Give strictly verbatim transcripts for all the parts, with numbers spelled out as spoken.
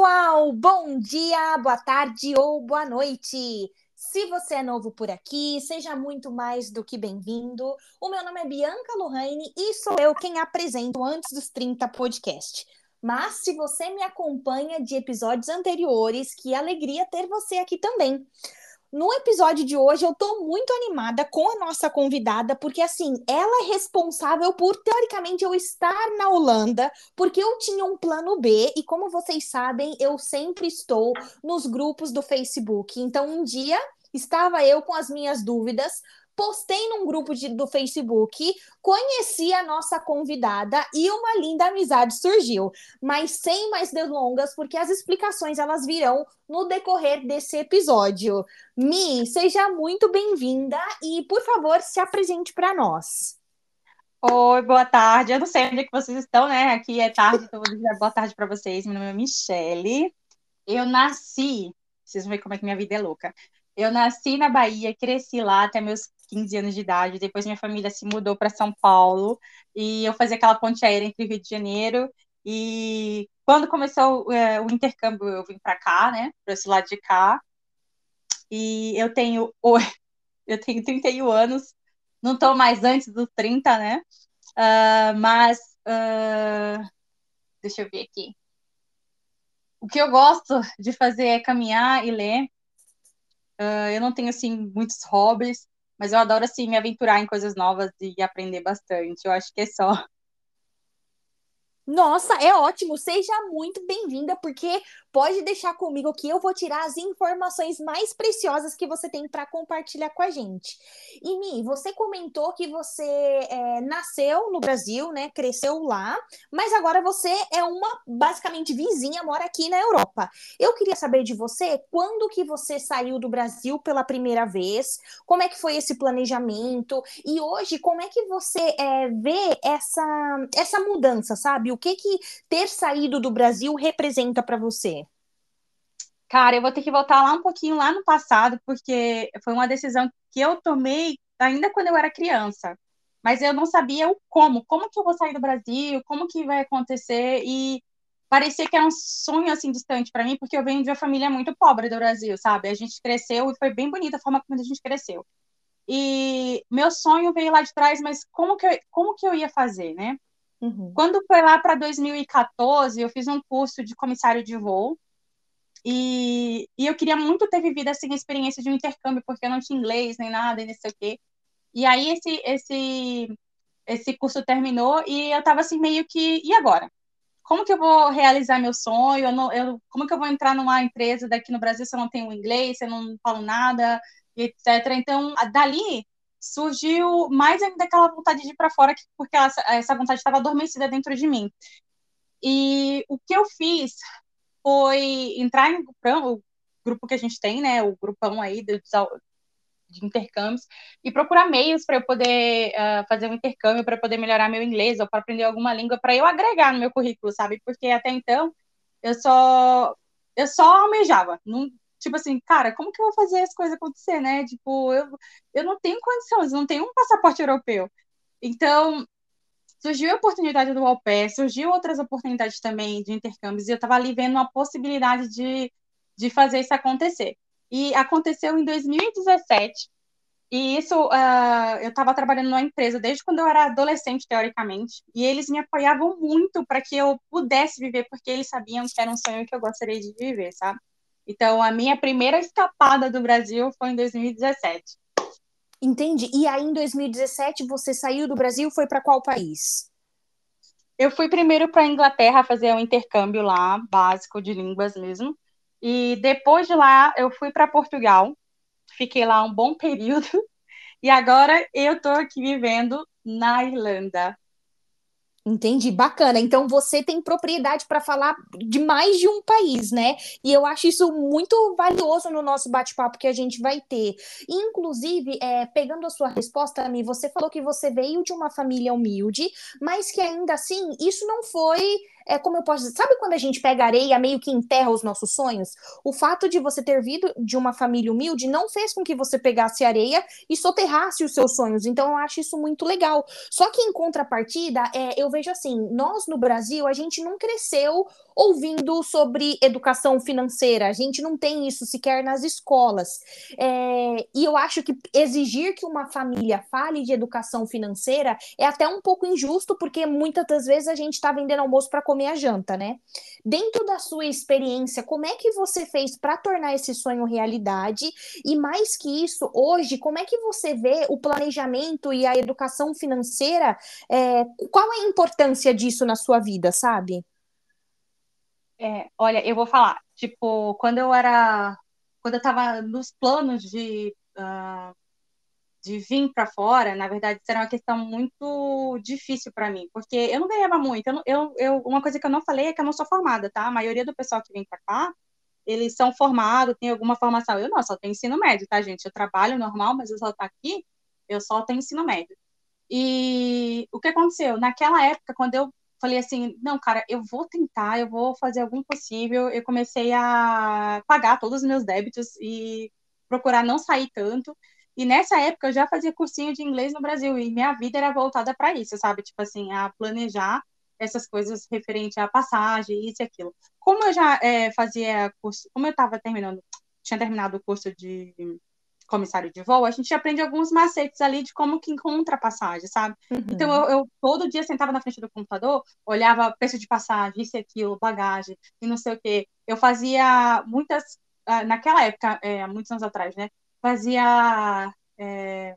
pessoal! Bom dia, boa tarde ou boa noite! Se você é novo por aqui, seja muito mais do que bem-vindo. O meu nome é Bianca Lohane e sou eu quem apresento Antes dos trinta podcast. Mas se você me acompanha de episódios anteriores, que alegria ter você aqui também. No episódio de hoje, eu tô muito animada com a nossa convidada, porque, assim, ela é responsável por, teoricamente, eu estar na Holanda, porque eu tinha um plano B, e como vocês sabem, eu sempre estou nos grupos do Facebook. Então, um dia, estava eu com as minhas dúvidas, postei num grupo de, do Facebook, conheci a nossa convidada e uma linda amizade surgiu. Mas sem mais delongas, porque as explicações, elas virão no decorrer desse episódio. Mi, seja muito bem-vinda e, por favor, se apresente para nós. Oi, boa tarde. Eu não sei onde é que vocês estão, né? Aqui é tarde, então vou dizer boa tarde para vocês. Meu nome é Michele. Eu nasci, vocês vão ver como é que minha vida é louca. Eu nasci na Bahia, cresci lá até meus quinze anos de idade. Depois minha família se mudou para São Paulo e eu fazia aquela ponte aérea entre Rio de Janeiro. E quando começou é, o intercâmbio, eu vim para cá, né? Para esse lado de cá. E eu tenho, eu tenho trinta e um anos. Não estou mais antes dos trinta, né? Uh, mas, uh, deixa eu ver aqui. O que eu gosto de fazer é caminhar e ler. Uh, eu não tenho, assim, muitos hobbies, mas eu adoro, assim, me aventurar em coisas novas e aprender bastante. Eu acho que é só. Nossa, é ótimo. Seja muito bem-vinda, porque pode deixar comigo que eu vou tirar as informações mais preciosas que você tem para compartilhar com a gente. E Mi, você comentou que você é, nasceu no Brasil, né? Cresceu lá, mas agora você é uma basicamente vizinha, mora aqui na Europa. Eu queria saber de você quando que você saiu do Brasil pela primeira vez, como é que foi esse planejamento e hoje como é que você é, vê essa essa mudança, sabe? O que que ter saído do Brasil representa para você? Cara, eu vou ter que voltar lá um pouquinho, lá no passado, porque foi uma decisão que eu tomei ainda quando eu era criança. Mas eu não sabia o como. Como que eu vou sair do Brasil? Como que vai acontecer? E parecia que era um sonho, assim, distante para mim, porque eu venho de uma família muito pobre do Brasil, sabe? A gente cresceu e foi bem bonita a forma como a gente cresceu. E meu sonho veio lá de trás, mas como que eu, como que eu ia fazer, né? Uhum. Quando foi lá para dois mil e quatorze, eu fiz um curso de comissário de voo e, e eu queria muito ter vivido assim, a experiência de um intercâmbio, porque eu não tinha inglês nem nada, e não sei o quê. E aí esse, esse, esse curso terminou e eu estava assim meio que, e agora? Como que eu vou realizar meu sonho? Eu não, eu, como que eu vou entrar numa empresa daqui no Brasil se eu não tenho inglês, se eu não falo nada, etcétera. Então, dali surgiu mais ainda aquela vontade de ir para fora, porque essa, essa vontade estava adormecida dentro de mim. E o que eu fiz foi entrar em grupão, o grupo que a gente tem, né, o grupão aí de, de intercâmbios, e procurar meios para eu poder uh, fazer um intercâmbio, para poder melhorar meu inglês, ou para aprender alguma língua, para eu agregar no meu currículo, sabe? Porque até então, eu só, eu só almejava, não, tipo assim, cara, como que eu vou fazer as coisas acontecer, né? Tipo, eu, eu não tenho condições, eu não tenho um passaporte europeu. Então, surgiu a oportunidade do au pair, surgiu outras oportunidades também de intercâmbios, e eu estava ali vendo uma possibilidade de, de fazer isso acontecer. E aconteceu em dois mil e dezessete, e isso, uh, eu estava trabalhando numa empresa desde quando eu era adolescente, teoricamente, e eles me apoiavam muito para que eu pudesse viver, porque eles sabiam que era um sonho que eu gostaria de viver, sabe? Então, a minha primeira escapada do Brasil foi em dois mil e dezessete. Entendi. E aí, em dois mil e dezessete, você saiu do Brasil e foi para qual país? Eu fui primeiro para a Inglaterra fazer um intercâmbio lá, básico de línguas mesmo. E depois de lá, eu fui para Portugal. Fiquei lá um bom período. E agora eu estou aqui vivendo na Irlanda. Entendi, bacana. Então você tem propriedade para falar de mais de um país, né? E eu acho isso muito valioso no nosso bate-papo que a gente vai ter. Inclusive, é, pegando a sua resposta, Ami, você falou que você veio de uma família humilde, mas que ainda assim isso não foi é, como eu posso dizer, sabe quando a gente pega areia, meio que enterra os nossos sonhos? O fato de você ter vindo de uma família humilde não fez com que você pegasse areia e soterrasse os seus sonhos. Então, eu acho isso muito legal. Só que, em contrapartida, é, eu vejo assim, nós no Brasil, a gente não cresceu ouvindo sobre educação financeira. A gente não tem isso sequer nas escolas. É, e eu acho que exigir que uma família fale de educação financeira é até um pouco injusto, porque muitas das vezes a gente está vendendo almoço para comer a janta, né? Dentro da sua experiência, como é que você fez para tornar esse sonho realidade? E mais que isso, hoje, como é que você vê o planejamento e a educação financeira? É, qual é a importância disso na sua vida, sabe? É, olha, eu vou falar, tipo, quando eu era, quando eu tava nos planos de, uh, de vir para fora, na verdade, isso era uma questão muito difícil para mim, porque eu não ganhava muito, eu, não- eu, eu, uma coisa que eu não falei é que eu não sou formada, tá? A maioria do pessoal que vem para cá, eles são formados, tem alguma formação, eu não, só tenho ensino médio, tá, gente? Eu trabalho normal, mas eu só tô aqui, eu só tenho ensino médio. E o que aconteceu? Naquela época, quando eu falei assim, não, cara, eu vou tentar, eu vou fazer algum possível, eu comecei a pagar todos os meus débitos e procurar não sair tanto. E nessa época eu já fazia cursinho de inglês no Brasil e minha vida era voltada para isso, sabe? Tipo assim, a planejar essas coisas referente à passagem, isso e aquilo. Como eu já é, fazia curso, como eu estava terminando, tinha terminado o curso de comissário de voo, a gente aprende alguns macetes ali de como que encontra a passagem, sabe? Então, Uhum. eu, eu todo dia sentava na frente do computador, olhava preço de passagem, isso e aquilo, bagagem, e não sei o quê. Eu fazia muitas, ah, naquela época, é, há muitos anos atrás, né? Fazia, é,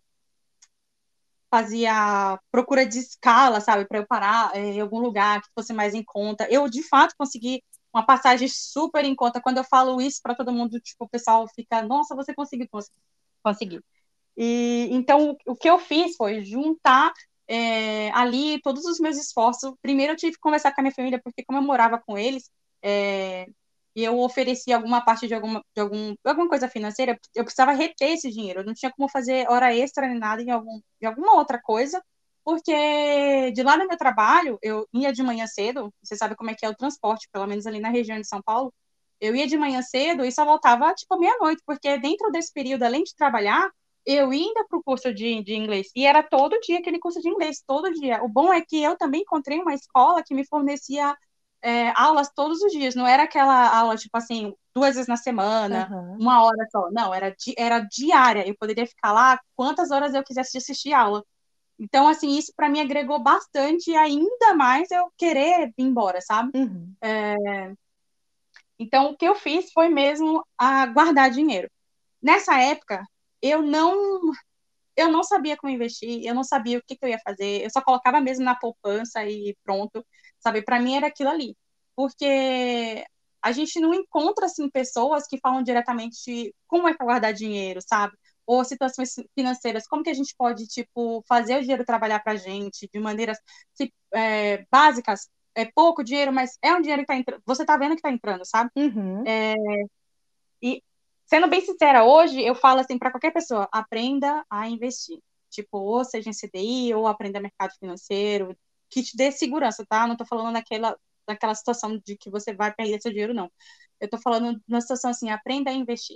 fazia procura de escala, sabe? Para eu parar é, em algum lugar que fosse mais em conta. Eu, de fato, consegui uma passagem super em conta. Quando eu falo isso para todo mundo, tipo, o pessoal fica, nossa, você conseguiu, conseguiu. E então o que eu fiz foi juntar é, ali todos os meus esforços. Primeiro eu tive que conversar com a minha família, porque como eu morava com eles, é, e eu oferecia alguma parte de alguma, de algum, alguma coisa financeira, eu precisava reter esse dinheiro. Eu não tinha como fazer hora extra nem nada em algum, de alguma outra coisa, porque de lá no meu trabalho, eu ia de manhã cedo, você sabe como é que é o transporte, pelo menos ali na região de São Paulo, eu ia de manhã cedo e só voltava, tipo, meia-noite, porque dentro desse período, além de trabalhar, eu ainda para o curso de, de inglês. E era todo dia aquele curso de inglês, todo dia. O bom é que eu também encontrei uma escola que me fornecia é, aulas todos os dias. Não era aquela aula, tipo assim, duas vezes na semana, Uhum. uma hora só. Não, era, di era diária. Eu poderia ficar lá quantas horas eu quisesse de assistir aula. Então, assim, isso para mim agregou bastante e ainda mais eu querer ir embora, sabe? Uhum. É, então, o que eu fiz foi mesmo a guardar dinheiro. Nessa época, eu não eu não sabia como investir, eu não sabia o que, que eu ia fazer, eu só colocava mesmo na poupança e pronto, sabe? Para mim era aquilo ali. Porque a gente não encontra, assim, pessoas que falam diretamente como é que é guardar dinheiro, sabe? Ou situações financeiras, como que a gente pode, tipo, fazer o dinheiro trabalhar para a gente de maneiras se, é, básicas, é pouco dinheiro, mas é um dinheiro que está entrando, você está vendo que está entrando, sabe? Uhum. É, e, sendo bem sincera, hoje eu falo assim para qualquer pessoa: aprenda a investir. Tipo, ou seja em C D I, ou aprenda mercado financeiro, que te dê segurança, tá? Não tô falando daquela, daquela situação de que você vai perder seu dinheiro, não. Eu tô falando de uma situação assim: aprenda a investir.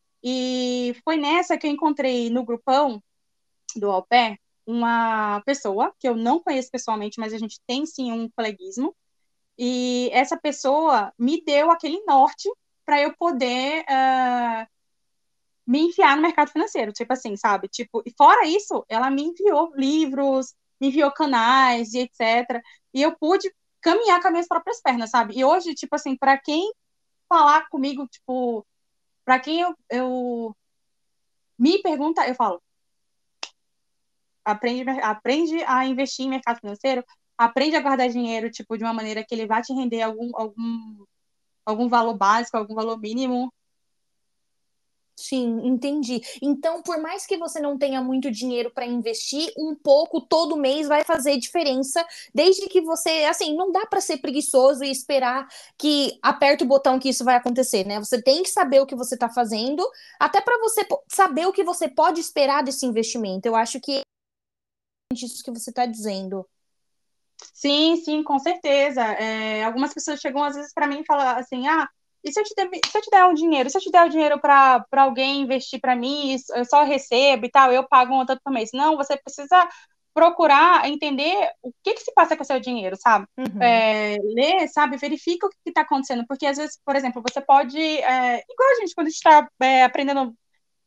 E foi nessa que eu encontrei no grupão do Au Pair uma pessoa que eu não conheço pessoalmente, mas a gente tem sim um coleguismo. E essa pessoa me deu aquele norte para eu poder uh, me enfiar no mercado financeiro, tipo assim, sabe? Tipo, e fora isso, ela me enviou livros, me enviou canais e etcétera. E eu pude caminhar com as minhas próprias pernas, sabe? E hoje, tipo assim, para quem falar comigo, tipo, para quem eu, eu me pergunta, eu falo, aprende, aprende a investir em mercado financeiro, aprende a guardar dinheiro, tipo, de uma maneira que ele vai te render algum, algum, algum valor básico, algum valor mínimo. Sim, entendi. Então, por mais que você não tenha muito dinheiro para investir, um pouco todo mês vai fazer diferença, desde que você, assim, não dá para ser preguiçoso e esperar que aperte o botão que isso vai acontecer, né? Você tem que saber o que você está fazendo, até para você saber o que você pode esperar desse investimento. Eu acho que é isso que você está dizendo. Sim, sim, com certeza. É, algumas pessoas chegam às vezes para mim e falam assim, ah, e se eu te der, se eu te der um dinheiro, se eu te der o dinheiro para para alguém investir para mim, eu só recebo e tal, eu pago um tanto por mês. Não, você precisa procurar entender o que que se passa com o seu dinheiro, sabe? Uhum. É, ler, sabe? Verifica o que está acontecendo, porque às vezes, por exemplo, você pode, é, igual a gente quando a gente está é, aprendendo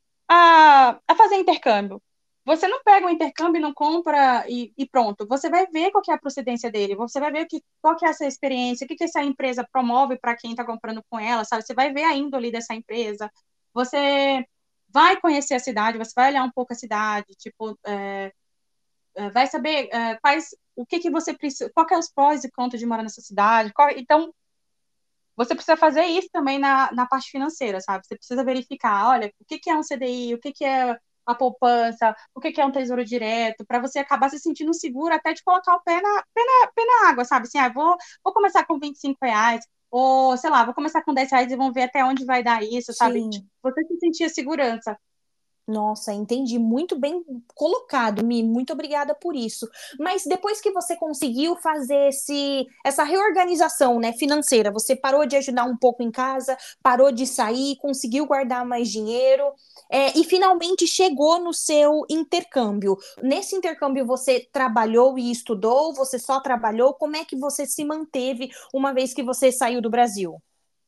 a, a fazer intercâmbio. Você não pega o intercâmbio e não compra e, e pronto. Você vai ver qual que é a procedência dele, você vai ver que, qual que é essa experiência, o que, que essa empresa promove para quem está comprando com ela, sabe? Você vai ver a índole dessa empresa, você vai conhecer a cidade, você vai olhar um pouco a cidade, tipo, é, é, vai saber é, quais, o que que você precisa, qual que é os prós e contras de morar nessa cidade. Qual, então, você precisa fazer isso também na, na parte financeira, sabe? Você precisa verificar, olha, o que, que é um C D I, o que, que é a poupança, o que, que é um tesouro direto, para você acabar se sentindo seguro até de colocar o pé na, pé na, pé na água, sabe? Assim, ah, vou, vou começar com vinte e cinco reais, ou sei lá, vou começar com dez reais e vamos ver até onde vai dar isso, sabe? Tipo, Sim. você se sentir segurança. Nossa, entendi. Muito bem colocado, Mi. Muito obrigada por isso. Mas depois que você conseguiu fazer esse, essa reorganização, né, financeira, você parou de ajudar um pouco em casa, parou de sair, conseguiu guardar mais dinheiro, é, e finalmente chegou no seu intercâmbio. Nesse intercâmbio, você trabalhou e estudou? Você só trabalhou? Como é que você se manteve uma vez que você saiu do Brasil?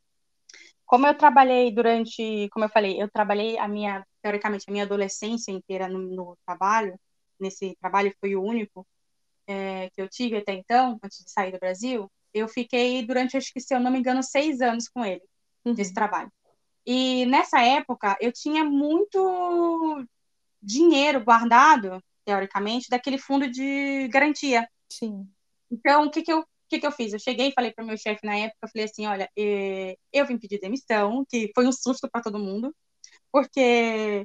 Como eu trabalhei durante, como eu falei, eu trabalhei a minha, teoricamente, a minha adolescência inteira no, no trabalho, nesse trabalho foi o único, é, que eu tive até então, antes de sair do Brasil, eu fiquei durante, acho que, se eu não me engano, seis anos com ele, nesse Uhum. trabalho. E nessa época, eu tinha muito dinheiro guardado, teoricamente, daquele fundo de garantia. Sim. Então, o que que eu, o que que eu fiz? Eu cheguei e falei para o meu chefe na época, eu falei assim, olha, eh, eu vim pedir demissão, que foi um susto para todo mundo, porque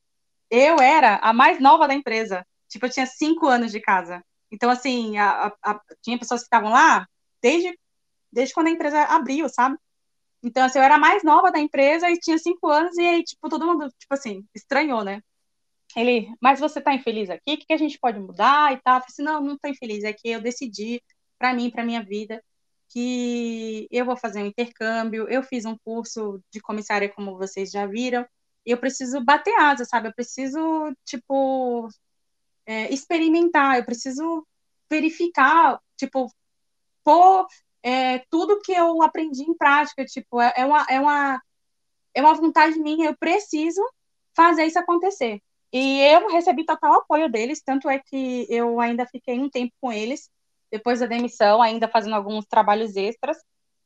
eu era a mais nova da empresa. Tipo, eu tinha cinco anos de casa. Então, assim, a, a, a, tinha pessoas que estavam lá desde, desde quando a empresa abriu, sabe? Então, assim, eu era a mais nova da empresa e tinha cinco anos, e aí, tipo, todo mundo, tipo assim, estranhou, né? Ele, mas você tá infeliz aqui? O que, que a gente pode mudar e tal? Eu falei assim, não, não tô infeliz, é que eu decidi, para mim, para minha vida, que eu vou fazer um intercâmbio, eu fiz um curso de comissária, como vocês já viram, e eu preciso bater asa, sabe? Eu preciso, tipo, é, experimentar, eu preciso verificar, tipo, pôr é, tudo que eu aprendi em prática, tipo, é, é, uma, é, uma, é uma vontade minha, eu preciso fazer isso acontecer. E eu recebi total apoio deles, tanto é que eu ainda fiquei um tempo com eles, depois da demissão, ainda fazendo alguns trabalhos extras,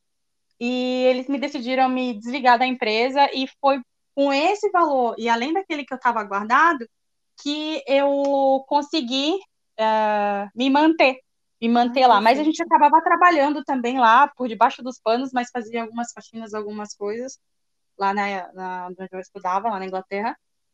e eles me decidiram me desligar da empresa, e foi com esse valor, e além daquele que eu estava guardado, que eu consegui uh, me manter, me Ai, manter lá. Mas a gente perfeito. acabava trabalhando também lá, por debaixo dos panos, mas fazia algumas faxinas, algumas coisas, lá na, na onde eu estudava, lá na Inglaterra.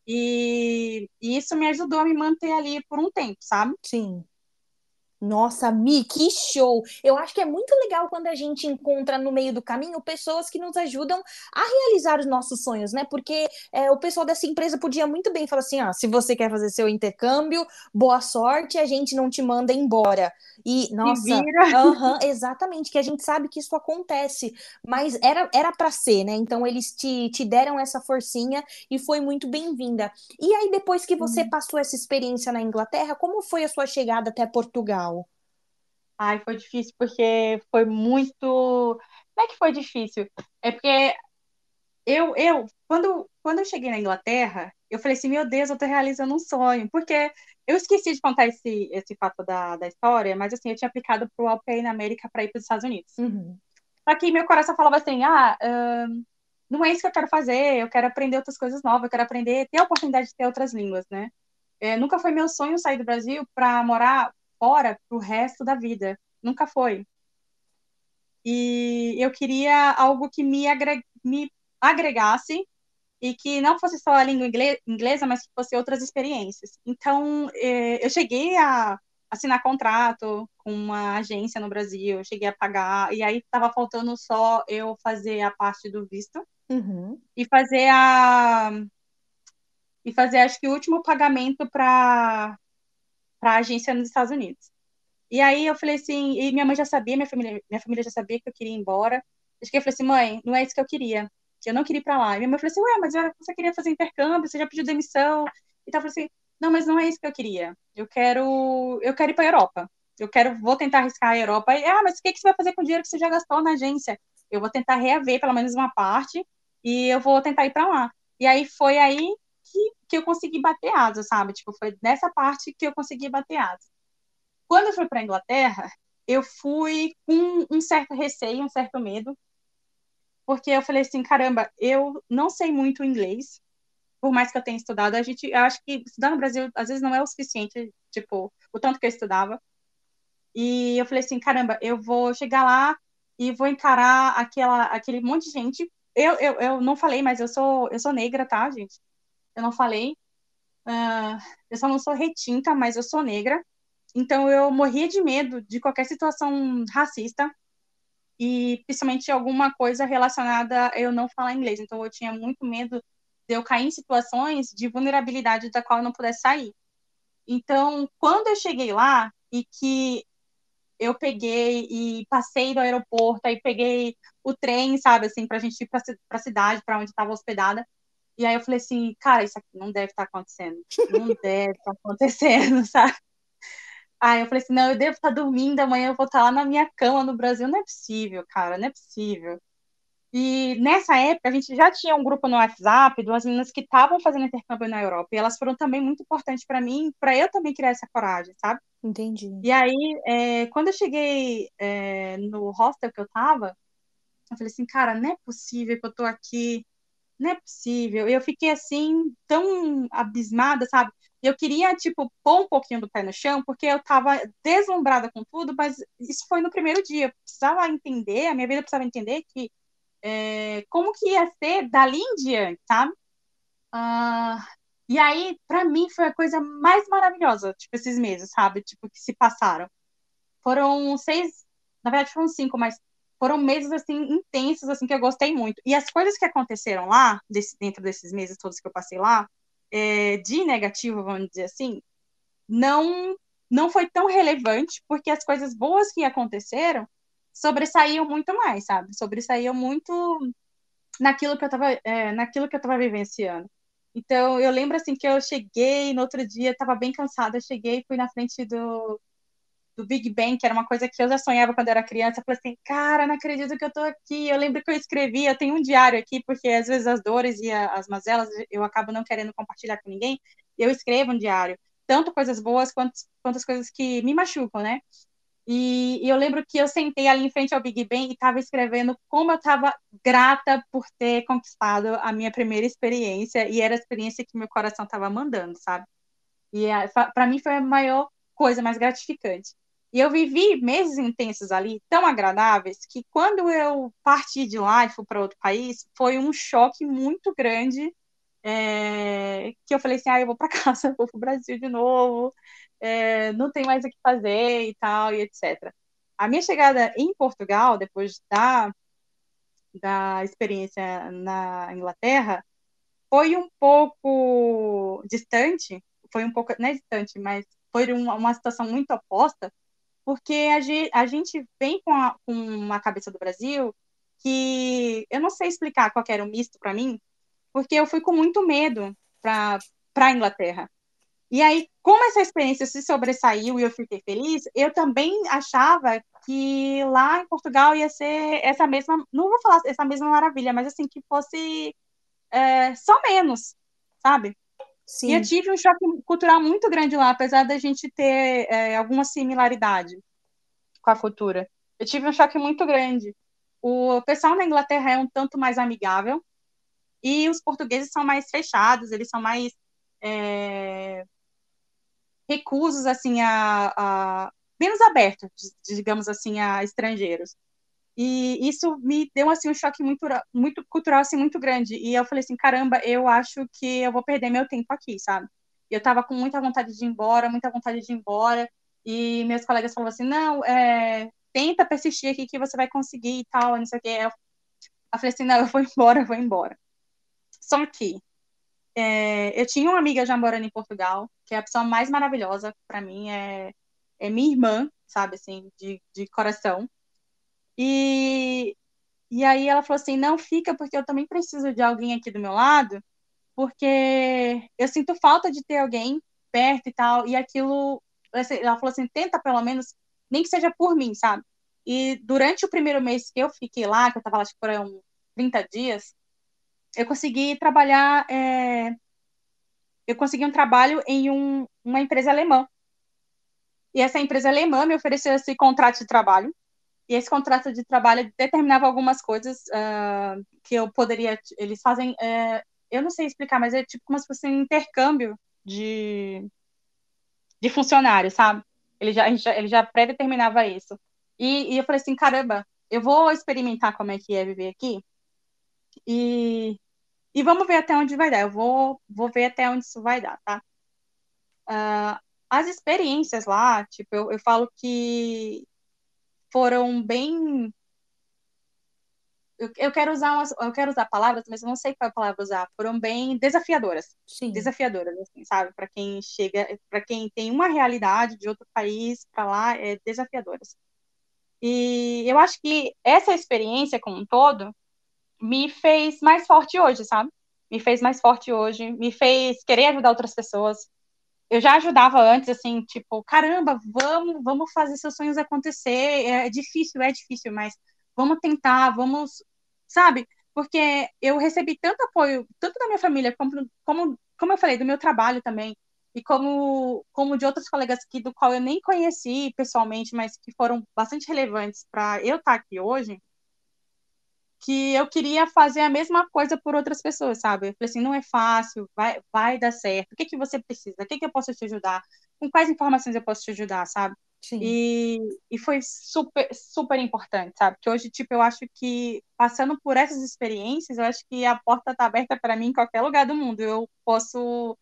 E, e isso me ajudou a me manter ali por um tempo, sabe? Sim. Nossa, Mi, que show! Eu acho que é muito legal quando a gente encontra no meio do caminho pessoas que nos ajudam a realizar os nossos sonhos, né? Porque é, o pessoal dessa empresa podia muito bem falar assim: ah, se você quer fazer seu intercâmbio, boa sorte, a gente não te manda embora. E, Se nossa, vira. aham, exatamente, que a gente sabe que isso acontece, mas era era para ser, né? Então eles te, te deram essa forcinha e foi muito bem-vinda. E aí, depois que você passou essa experiência na Inglaterra, como foi a sua chegada até Portugal? Ai, foi difícil porque foi muito. Não é que foi difícil, é porque eu, eu quando, quando eu cheguei na Inglaterra, eu falei assim: meu Deus, eu tô realizando um sonho. Porque eu esqueci de contar esse, esse fato da, da história, mas assim, eu tinha aplicado pro Au Pair na América para ir para os Estados Unidos. Uhum. Só que meu coração falava assim: ah, hum, não é isso que eu quero fazer, eu quero aprender outras coisas novas, eu quero aprender, ter a oportunidade de ter outras línguas, né? É, nunca foi meu sonho sair do Brasil para morar fora pro resto da vida. Nunca foi. E eu queria algo que me, agre me agregasse e que não fosse só a língua inglesa, mas que fosse outras experiências. Então, eh, eu cheguei a assinar contrato com uma agência no Brasil, eu cheguei a pagar, e aí estava faltando só eu fazer a parte do visto Uhum. e fazer a e fazer acho que o último pagamento para para a agência nos Estados Unidos. E aí eu falei assim, e minha mãe já sabia, minha família, minha família já sabia que eu queria ir embora. Eu cheguei e falei assim, mãe, não é isso que eu queria, que eu não queria ir pra lá. E minha mãe falou assim, ué, mas você queria fazer intercâmbio, você já pediu demissão. E tal, eu falei assim, não, mas não é isso que eu queria. Eu quero, eu quero ir pra Europa. Eu quero, vou tentar arriscar a Europa. E, ah, mas o que, que você vai fazer com o dinheiro que você já gastou na agência? Eu vou tentar reaver pelo menos uma parte e eu vou tentar ir pra lá. E aí foi aí que, que eu consegui bater asas, sabe? Tipo, foi nessa parte que eu consegui bater asas. Quando eu fui para a Inglaterra, eu fui com um certo receio, um certo medo, porque eu falei assim, caramba, eu não sei muito inglês, por mais que eu tenha estudado, a gente, eu acho que estudar no Brasil às vezes não é o suficiente, tipo, o tanto que eu estudava. E eu falei assim, caramba, eu vou chegar lá e vou encarar aquela, aquele monte de gente. Eu, eu, eu não falei, mas eu sou, eu sou negra, tá, gente? Eu não falei. Uh, eu só não sou retinta, mas eu sou negra. Então eu morria de medo de qualquer situação racista e principalmente alguma coisa relacionada a eu não falar inglês. Então eu tinha muito medo de eu cair em situações de vulnerabilidade da qual eu não pudesse sair. Então, quando eu cheguei lá e que eu peguei e passei do aeroporto, aí peguei o trem, sabe, assim, pra gente ir pra, pra cidade, pra onde estava hospedada. E aí eu falei assim, cara, isso aqui não deve estar acontecendo. Não deve estar acontecendo, sabe? Aí eu falei assim, não, eu devo estar dormindo, amanhã eu vou estar lá na minha cama no Brasil. Não é possível, cara, não é possível. E nessa época a gente já tinha um grupo no WhatsApp de umas meninas que estavam fazendo intercâmbio na Europa. E elas foram também muito importantes para mim, para eu também criar essa coragem, sabe? Entendi. E aí, é, quando eu cheguei é, no hostel que eu tava, eu falei assim, cara, não é possível que eu tô aqui, não é possível. Eu fiquei assim, tão abismada, sabe? Eu queria, tipo, pôr um pouquinho do pé no chão, porque eu tava deslumbrada com tudo, mas isso foi no primeiro dia. Eu precisava entender, a minha vida precisava entender que é, como que ia ser dali em diante, sabe? Ah, e aí, pra mim, foi a coisa mais maravilhosa, tipo, esses meses, sabe? Tipo, que se passaram. Foram seis, na verdade foram cinco, mas foram meses assim intensos assim que eu gostei muito. E as coisas que aconteceram lá, desse, dentro desses meses todos que eu passei lá, é, de negativo, vamos dizer assim, não não foi tão relevante, porque as coisas boas que aconteceram sobressaíam muito mais, sabe? Sobressaíam muito naquilo que eu estava é, naquilo que eu estava vivenciando. Então, eu lembro assim que eu cheguei no outro dia, estava bem cansada, eu cheguei, fui na frente do do Big Bang, que era uma coisa que eu já sonhava quando era criança. Eu falei assim, cara, não acredito que eu tô aqui. Eu lembro que eu escrevi, eu tenho um diário aqui, porque às vezes as dores e a, as mazelas eu acabo não querendo compartilhar com ninguém. Eu escrevo um diário, tanto coisas boas quanto, quanto as coisas que me machucam, né? E, e eu lembro que eu sentei ali em frente ao Big Bang e estava escrevendo como eu estava grata por ter conquistado a minha primeira experiência, e era a experiência que meu coração estava mandando, sabe? E para mim foi a maior coisa, mais gratificante. E eu vivi meses intensos ali, tão agradáveis, que quando eu parti de lá e fui para outro país, foi um choque muito grande, é, que eu falei assim, ah, eu vou para casa, vou para o Brasil de novo, é, não tem mais o que fazer e tal, e etcétera. A minha chegada em Portugal, depois da, da experiência na Inglaterra, foi um pouco distante, foi um pouco, não é distante, mas foi uma, uma situação muito oposta, porque a, ge, a gente vem com, a, com uma cabeça do Brasil que eu não sei explicar qual era o misto para mim, porque eu fui com muito medo para a Inglaterra. E aí, como essa experiência se sobressaiu e eu fiquei feliz, eu também achava que lá em Portugal ia ser essa mesma, não vou falar essa mesma maravilha, mas assim, que fosse é, só menos, sabe? E eu Sim. tive um choque cultural muito grande lá, apesar da gente ter é, alguma similaridade com a cultura. Eu tive um choque muito grande. O pessoal na Inglaterra é um tanto mais amigável e os portugueses são mais fechados, eles são mais é, recusos, assim, a, a menos abertos, digamos assim, a estrangeiros. E isso me deu assim um choque muito, muito cultural assim muito grande. E eu falei assim, caramba, eu acho que eu vou perder meu tempo aqui, sabe? E eu tava com muita vontade de ir embora, muita vontade de ir embora. E meus colegas falavam assim, não, é, tenta persistir aqui que você vai conseguir e tal, não sei o quê. Eu, eu falei assim, não, eu vou embora, eu vou embora. Só que é, eu tinha uma amiga já morando em Portugal, que é a pessoa mais maravilhosa para mim, é, é minha irmã. sabe, assim, de, de coração. E, e aí ela falou assim, não, fica, porque eu também preciso de alguém aqui do meu lado, porque eu sinto falta de ter alguém perto e tal, e aquilo, ela falou assim, tenta pelo menos, nem que seja por mim, sabe? E durante o primeiro mês que eu fiquei lá, que eu tava lá, acho que foram trinta dias, eu consegui trabalhar, é, eu consegui um trabalho em um, uma empresa alemã. E essa empresa alemã me ofereceu esse contrato de trabalho, e esse contrato de trabalho determinava algumas coisas uh, que eu poderia, eles fazem, uh, eu não sei explicar, mas é tipo como se fosse um intercâmbio de, de funcionários, sabe? Ele já, já, ele já pré-determinava isso. E, e eu falei assim, caramba, eu vou experimentar como é que é viver aqui, e, e vamos ver até onde vai dar. Eu vou, vou ver até onde isso vai dar, tá? Uh, as experiências lá, tipo, eu, eu falo que foram bem... Eu, eu quero usar umas, eu quero usar palavras, mas eu não sei qual palavra usar. Foram bem desafiadoras. Sim. Desafiadoras, assim, sabe? Para quem chega, para quem tem uma realidade de outro país para lá, é desafiadoras. E eu acho que essa experiência como um todo me fez mais forte hoje, sabe? Me fez mais forte hoje, me fez querer ajudar outras pessoas. Eu já ajudava antes, assim, tipo, caramba, vamos, vamos fazer seus sonhos acontecer. É difícil, é difícil, mas vamos tentar, vamos, sabe? Porque eu recebi tanto apoio, tanto da minha família, como, como, como eu falei, do meu trabalho também, e como, como de outros colegas aqui, do qual eu nem conheci pessoalmente, mas que foram bastante relevantes para eu estar aqui hoje, que eu queria fazer a mesma coisa por outras pessoas, sabe? Eu falei assim, não é fácil, vai, vai dar certo. O que que você precisa? O que que eu posso te ajudar? Com quais informações eu posso te ajudar, sabe? Sim. E, e foi super, super importante, sabe? Que hoje, tipo, eu acho que passando por essas experiências, eu acho que a porta está aberta para mim em qualquer lugar do mundo. Eu posso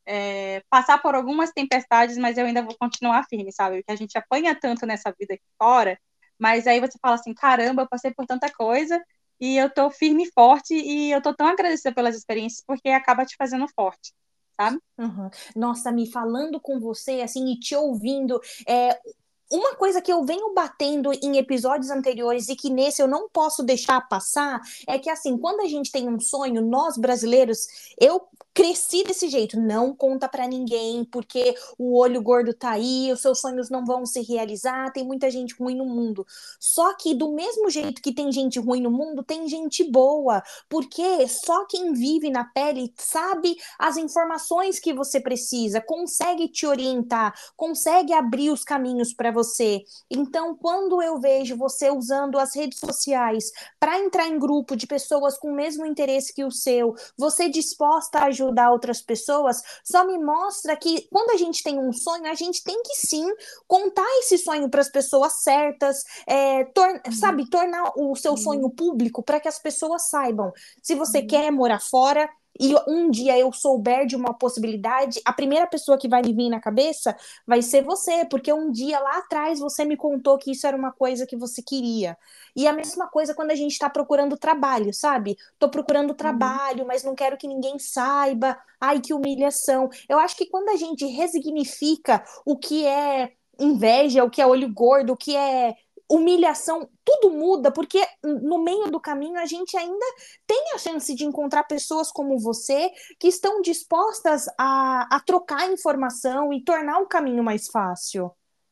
é, passar por algumas tempestades, mas eu ainda vou continuar firme, sabe? Porque a gente apanha tanto nessa vida aqui fora, mas aí você fala assim, caramba, eu passei por tanta coisa e eu tô firme e forte e eu tô tão agradecida pelas experiências porque acaba te fazendo forte, sabe? Uhum. Nossa, me falando com você, assim, e te ouvindo, é, uma coisa que eu venho batendo em episódios anteriores e que nesse eu não posso deixar passar é que, assim, quando a gente tem um sonho, nós brasileiros, eu cresci desse jeito, não conta pra ninguém, porque o olho gordo tá aí, os seus sonhos não vão se realizar, tem muita gente ruim no mundo. Só que do mesmo jeito que tem gente ruim no mundo, tem gente boa, porque só quem vive na pele sabe as informações que você precisa, consegue te orientar, consegue abrir os caminhos para você. Então, quando eu vejo você usando as redes sociais para entrar em grupo de pessoas com o mesmo interesse que o seu, você disposta a ajudar outras pessoas, só me mostra que quando a gente tem um sonho, a gente tem que sim contar esse sonho para as pessoas certas, é, tor Uhum. sabe, tornar o seu Uhum. sonho público para que as pessoas saibam. Se você Uhum. quer morar fora, e um dia eu souber de uma possibilidade, a primeira pessoa que vai me vir na cabeça vai ser você, porque um dia lá atrás você me contou que isso era uma coisa que você queria. E a mesma coisa quando a gente está procurando trabalho, sabe? Tô procurando Uhum. trabalho, mas não quero que ninguém saiba. Ai, que humilhação. Eu acho que quando a gente resignifica o que é inveja, o que é olho gordo, o que é humilhação, tudo muda, porque no meio do caminho a gente ainda tem a chance de encontrar pessoas como você que estão dispostas a, a trocar informação e tornar o caminho mais fácil.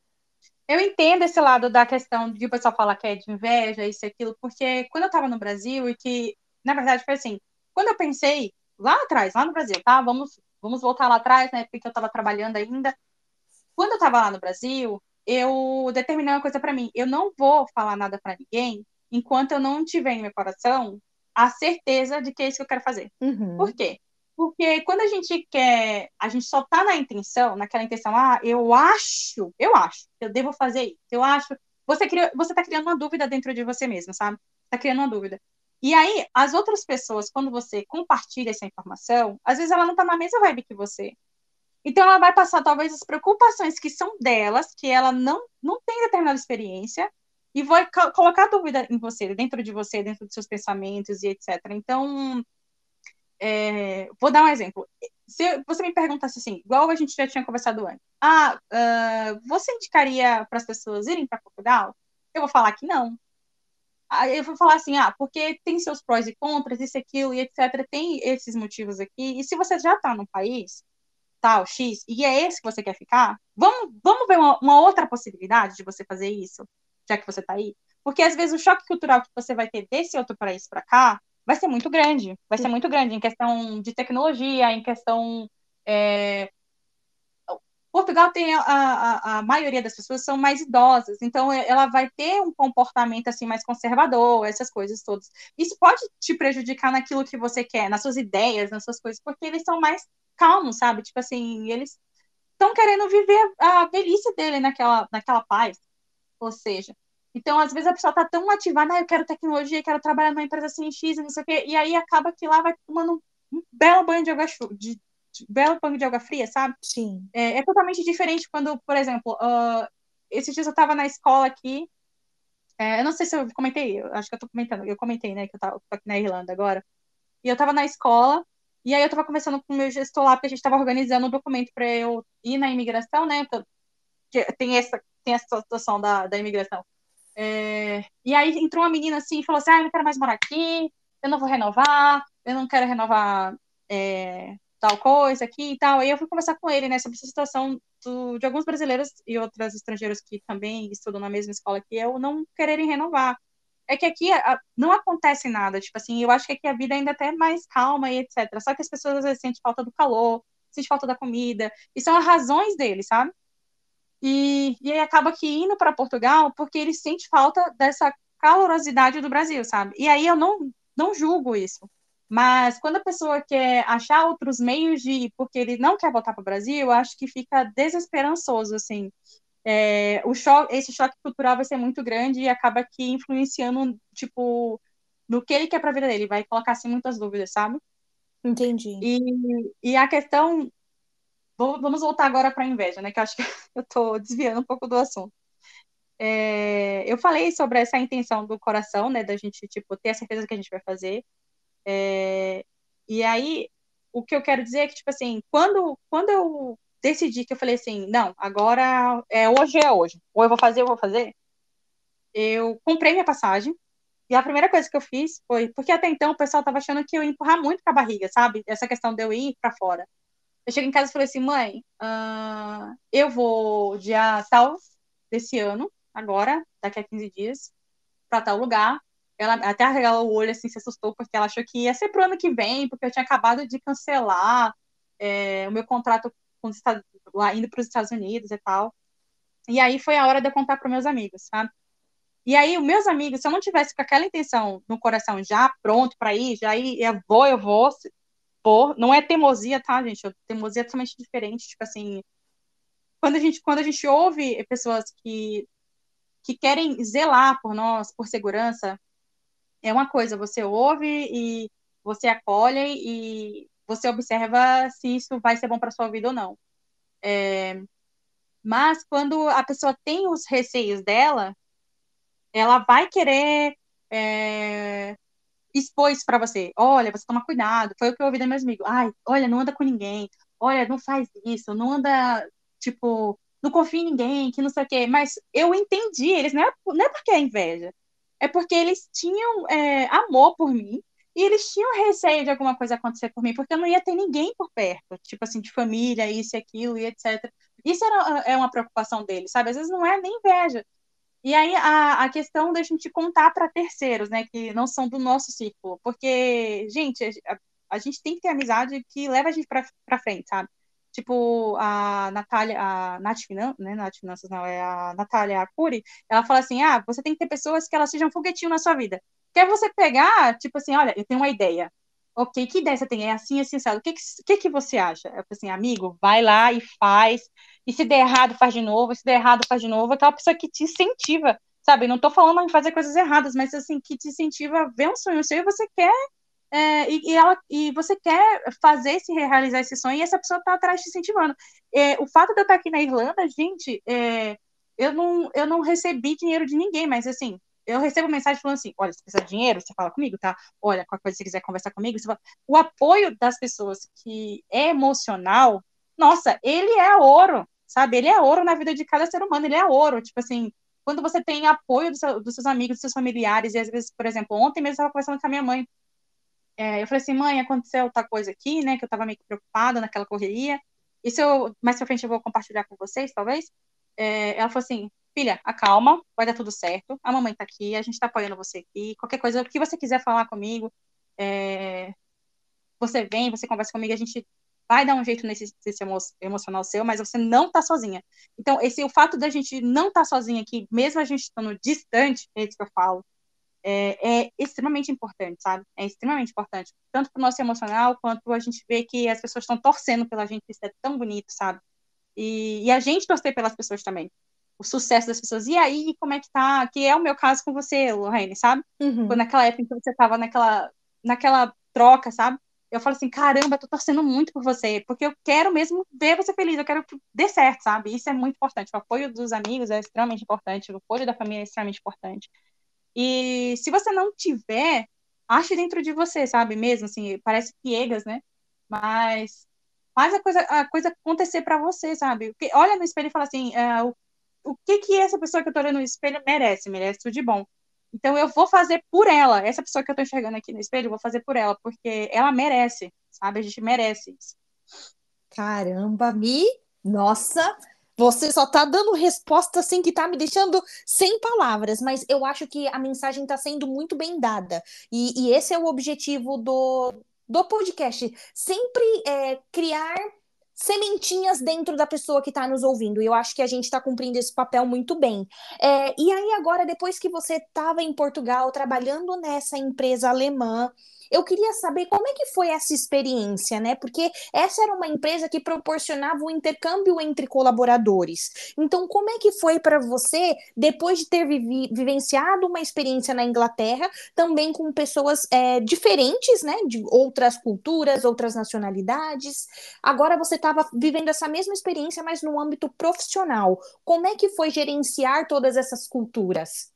Eu entendo esse lado da questão de o pessoal falar que é de inveja, isso e aquilo, porque quando eu estava no Brasil, e que, na verdade, foi assim, quando eu pensei lá atrás, lá no Brasil, tá? Vamos, vamos voltar lá atrás, né? Porque eu estava trabalhando ainda. Quando eu estava lá no Brasil, eu determinei uma coisa para mim: eu não vou falar nada para ninguém enquanto eu não tiver em meu coração a certeza de que é isso que eu quero fazer. Por Uhum. quê? Porque quando a gente quer, a gente só tá na intenção, naquela intenção, ah, eu acho, eu acho, eu devo fazer isso, eu acho. Você cria, você tá criando uma dúvida dentro de você mesmo, sabe? Tá criando uma dúvida. E aí, as outras pessoas, quando você compartilha essa informação, às vezes ela não tá na mesma vibe que você. Então, ela vai passar, talvez, as preocupações que são delas, que ela não, não tem determinada experiência, e vai co- colocar dúvida em você, dentro de você, dentro dos seus pensamentos e etcétera. Então, é, vou dar um exemplo. Se você me perguntasse assim, igual a gente já tinha conversado antes, ah, uh, você indicaria para as pessoas irem para Portugal? Eu vou falar que não. Aí eu vou falar assim, ah, porque tem seus prós e contras, isso, aquilo, e etcétera. Tem esses motivos aqui. E se você já está no país, tal, X, e é esse que você quer ficar, vamos, vamos ver uma, uma outra possibilidade de você fazer isso, já que você está aí? Porque, às vezes, o choque cultural que você vai ter desse outro país para cá vai ser muito grande. Vai ser muito grande em questão de tecnologia, em questão... É... Portugal tem a, a, a maioria das pessoas são mais idosas, então ela vai ter um comportamento assim mais conservador, essas coisas todas. Isso pode te prejudicar naquilo que você quer, nas suas ideias, nas suas coisas, porque eles são mais calmos, sabe? Tipo assim, eles estão querendo viver a velhice dele naquela, naquela paz, ou seja. Então, às vezes a pessoa tá tão ativada, ah, eu quero tecnologia, quero trabalhar numa empresa assim, X, não sei o quê, e aí acaba que lá vai tomando um, um belo banho de água, de, de, belo banho de água fria, sabe? Sim. É, é totalmente diferente quando, por exemplo, uh, esses dias eu estava na escola aqui, é, eu não sei se eu comentei, eu acho que eu tô comentando, eu comentei, né, que eu tô, tô aqui na Irlanda agora, e eu estava na escola, e aí eu estava conversando com o meu gestor lá, porque a gente estava organizando um documento para eu ir na imigração, né, porque tem essa, tem essa situação da, da imigração. É, e aí entrou uma menina assim e falou assim, ah, eu não quero mais morar aqui, eu não vou renovar, eu não quero renovar é, tal coisa aqui e tal. Aí eu fui conversar com ele, né, sobre essa situação do, de alguns brasileiros e outros estrangeiros que também estudam na mesma escola que eu não quererem renovar. É que aqui a, não acontece nada, tipo assim, eu acho que aqui a vida ainda até é mais calma e etcétera. Só que as pessoas às vezes sentem falta do calor, sentem falta da comida, e são as razões deles, sabe? E, e aí acaba que indo para Portugal, porque ele sente falta dessa calorosidade do Brasil, sabe? E aí eu não, não julgo isso. Mas quando a pessoa quer achar outros meios de ir, porque ele não quer voltar para o Brasil, eu acho que fica desesperançoso, assim. É, o choque, esse choque cultural vai ser muito grande e acaba que influenciando, tipo, no que ele quer para a vida dele. Vai colocar, assim, muitas dúvidas, sabe? Entendi. E, e a questão... Vamos voltar agora para a inveja, né? Que eu acho que eu estou desviando um pouco do assunto. É, eu falei sobre essa intenção do coração, né? Da gente, tipo, ter a certeza do que a gente vai fazer. É, e aí, o que eu quero dizer é que, tipo assim, quando, quando eu decidi que eu falei assim, não, agora é hoje é hoje. Ou eu vou fazer, eu vou fazer. Eu comprei minha passagem. E a primeira coisa que eu fiz foi... Porque até então o pessoal tava achando que eu ia empurrar muito com a barriga, sabe? Essa questão de eu ir para fora. Eu cheguei em casa e falei assim, mãe, uh, eu vou dia tal desse ano, agora, daqui a quinze dias, para tal lugar. Ela até arregalou o olho, assim, se assustou, porque ela achou que ia ser pro ano que vem, porque eu tinha acabado de cancelar é, o meu contrato com os Estados, lá, indo para os Estados Unidos e tal. E aí foi a hora de eu contar para meus amigos, sabe? E aí, os meus amigos, se eu não tivesse com aquela intenção no coração já pronto para ir, já ir, eu vou, eu vou, por, não é teimosia, tá, gente? Teimosia é totalmente diferente, tipo assim, quando a gente, quando a gente ouve pessoas que, que querem zelar por nós, por segurança, é uma coisa, você ouve e você acolhe e você observa se isso vai ser bom para sua vida ou não. É, mas quando a pessoa tem os receios dela, ela vai querer é, expor isso para você. Olha, você toma cuidado. Foi o que eu ouvi dos meus amigos. Ai, olha, não anda com ninguém. Olha, não faz isso. Não anda, tipo, não confia em ninguém, que não sei o quê. Mas eu entendi. Eles não é, não é porque é inveja. É porque eles tinham é, amor por mim e eles tinham receio de alguma coisa acontecer por mim, porque eu não ia ter ninguém por perto. Tipo assim, de família, isso e aquilo e etcétera. Isso era, é uma preocupação deles, sabe? Às vezes não é nem inveja. E aí a, a questão da gente contar para terceiros, né, que não são do nosso círculo, porque, gente, a, a gente tem que ter amizade que leva a gente para frente, sabe? Tipo, a Natália, a Nath Finanças, né, Nath Finanças não, é a Natália Arcuri, ela fala assim, ah, você tem que ter pessoas que elas sejam foguetinho na sua vida. Quer você pegar, tipo assim, olha, eu tenho uma ideia. Ok, que ideia você tem? É assim, assim, sabe? O que, que, que você acha? Eu falei assim, amigo, vai lá e faz, e se der errado, faz de novo, e se der errado, faz de novo. Aquela pessoa que te incentiva, sabe? Não tô falando em fazer coisas erradas, mas assim, que te incentiva a ver um sonho seu e você quer, é, e, e, ela, e você quer fazer se realizar esse sonho, e essa pessoa tá atrás te incentivando. É, o fato de eu estar aqui na Irlanda, gente, é, eu, não, eu não recebi dinheiro de ninguém, mas assim, eu recebo mensagem falando assim, olha, se precisar de dinheiro, você fala comigo, tá? Olha, qualquer coisa, se você quiser conversar comigo, você fala... O apoio das pessoas que é emocional, nossa, ele é ouro, sabe? Ele é ouro na vida de cada ser humano, ele é ouro, tipo assim, quando você tem apoio do seu, dos seus amigos, dos seus familiares, e às vezes, por exemplo, ontem mesmo eu estava conversando com a minha mãe, é, eu falei assim, mãe, aconteceu tal coisa aqui, né, que eu estava meio que preocupada naquela correria, isso eu, mais pra frente eu vou compartilhar com vocês, talvez, é, ela falou assim, filha, acalma, vai dar tudo certo, a mamãe tá aqui, a gente tá apoiando você aqui, qualquer coisa, o que você quiser falar comigo, é, você vem, você conversa comigo, a gente vai dar um jeito nesse, nesse emo emocional seu, mas você não tá sozinha. Então, esse, o fato da gente não estar tá sozinha aqui, mesmo a gente estando distante, é isso que eu falo, é, é extremamente importante, sabe? É extremamente importante, tanto pro nosso emocional, quanto a gente vê que as pessoas estão torcendo pela gente, isso é tão bonito, sabe? E, e a gente torcer pelas pessoas também. O sucesso das pessoas. E aí, como é que tá? Que é o meu caso com você, Lorraine, sabe? Foi Uhum. naquela época em que você tava naquela, naquela troca, sabe? Eu falo assim, caramba, eu tô torcendo muito por você, porque eu quero mesmo ver você feliz, eu quero que dê certo, sabe? Isso é muito importante. O apoio dos amigos é extremamente importante, o apoio da família é extremamente importante. E se você não tiver, ache dentro de você, sabe? Mesmo, assim, parece piegas, né? Mas faz a coisa, a coisa acontecer para você, sabe? Porque olha no espelho e fala assim, ah, o, o que que essa pessoa que eu tô olhando no espelho merece? Merece tudo de bom. Então eu vou fazer por ela. Essa pessoa que eu tô enxergando aqui no espelho, eu vou fazer por ela, porque ela merece, sabe? A gente merece isso. Caramba, Mi, nossa, você só tá dando resposta assim que tá me deixando sem palavras, mas eu acho que a mensagem tá sendo muito bem dada. E, e esse é o objetivo do, do podcast, sempre é, criar sementinhas dentro da pessoa que está nos ouvindo. E eu acho que a gente está cumprindo esse papel muito bem. É, e aí, agora, depois que você estava em Portugal, trabalhando nessa empresa alemã, eu queria saber como é que foi essa experiência, né? Porque essa era uma empresa que proporcionava o um intercâmbio entre colaboradores. Então, como é que foi para você, depois de ter vivi vivenciado uma experiência na Inglaterra, também com pessoas é, diferentes, né? De outras culturas, outras nacionalidades. Agora você estava vivendo essa mesma experiência, mas no âmbito profissional. Como é que foi gerenciar todas essas culturas?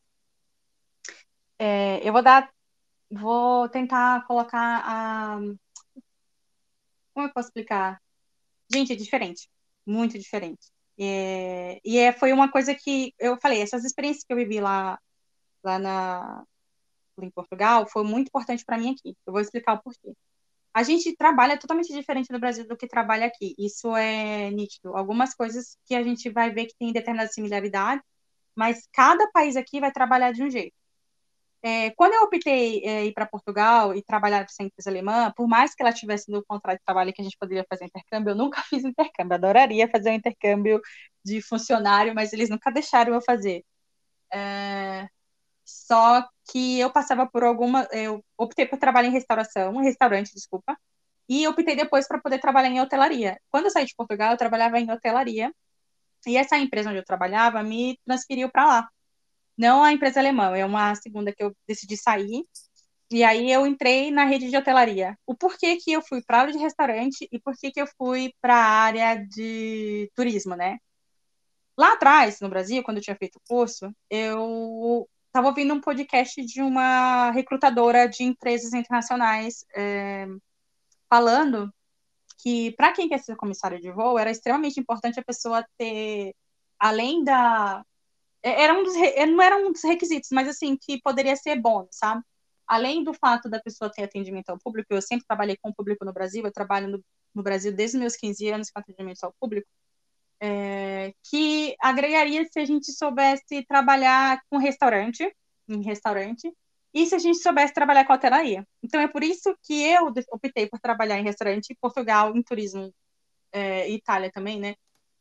É, eu vou dar, vou tentar colocar a, como eu posso explicar? Gente, é diferente, muito diferente. É, e é, foi uma coisa que eu falei, essas experiências que eu vivi lá, lá na, em Portugal, foi muito importante para mim aqui. Eu vou explicar o porquê. A gente trabalha totalmente diferente no Brasil do que trabalha aqui. Isso é nítido. Algumas coisas que a gente vai ver que tem determinada similaridade, mas cada país aqui vai trabalhar de um jeito. É, quando eu optei é, ir para Portugal e trabalhar para essa empresa alemã, por mais que ela tivesse no contrato de trabalho que a gente poderia fazer intercâmbio, eu nunca fiz intercâmbio. Adoraria fazer um intercâmbio de funcionário, mas eles nunca deixaram eu fazer. É, só que eu passava por alguma. Eu optei por trabalhar em restauração, em restaurante, desculpa, e optei depois para poder trabalhar em hotelaria. Quando eu saí de Portugal, eu trabalhava em hotelaria, e essa empresa onde eu trabalhava me transferiu para lá. Não a empresa alemã, é uma segunda que eu decidi sair. E aí eu entrei na rede de hotelaria. O porquê que eu fui para a área de restaurante e porquê que eu fui para a área de turismo, né? Lá atrás, no Brasil, quando eu tinha feito o curso, eu estava ouvindo um podcast de uma recrutadora de empresas internacionais é, falando que para quem quer ser comissário de voo era extremamente importante a pessoa ter, além da era um dos, não era um dos requisitos, mas assim, que poderia ser bom, sabe? Além do fato da pessoa ter atendimento ao público, eu sempre trabalhei com o público no Brasil, eu trabalho no, no Brasil desde os meus quinze anos com atendimento ao público, é, que agregaria se a gente soubesse trabalhar com restaurante, em restaurante, e se a gente soubesse trabalhar com hotelaria. Então é por isso que eu optei por trabalhar em restaurante, Portugal, em turismo, é, e Itália também, né?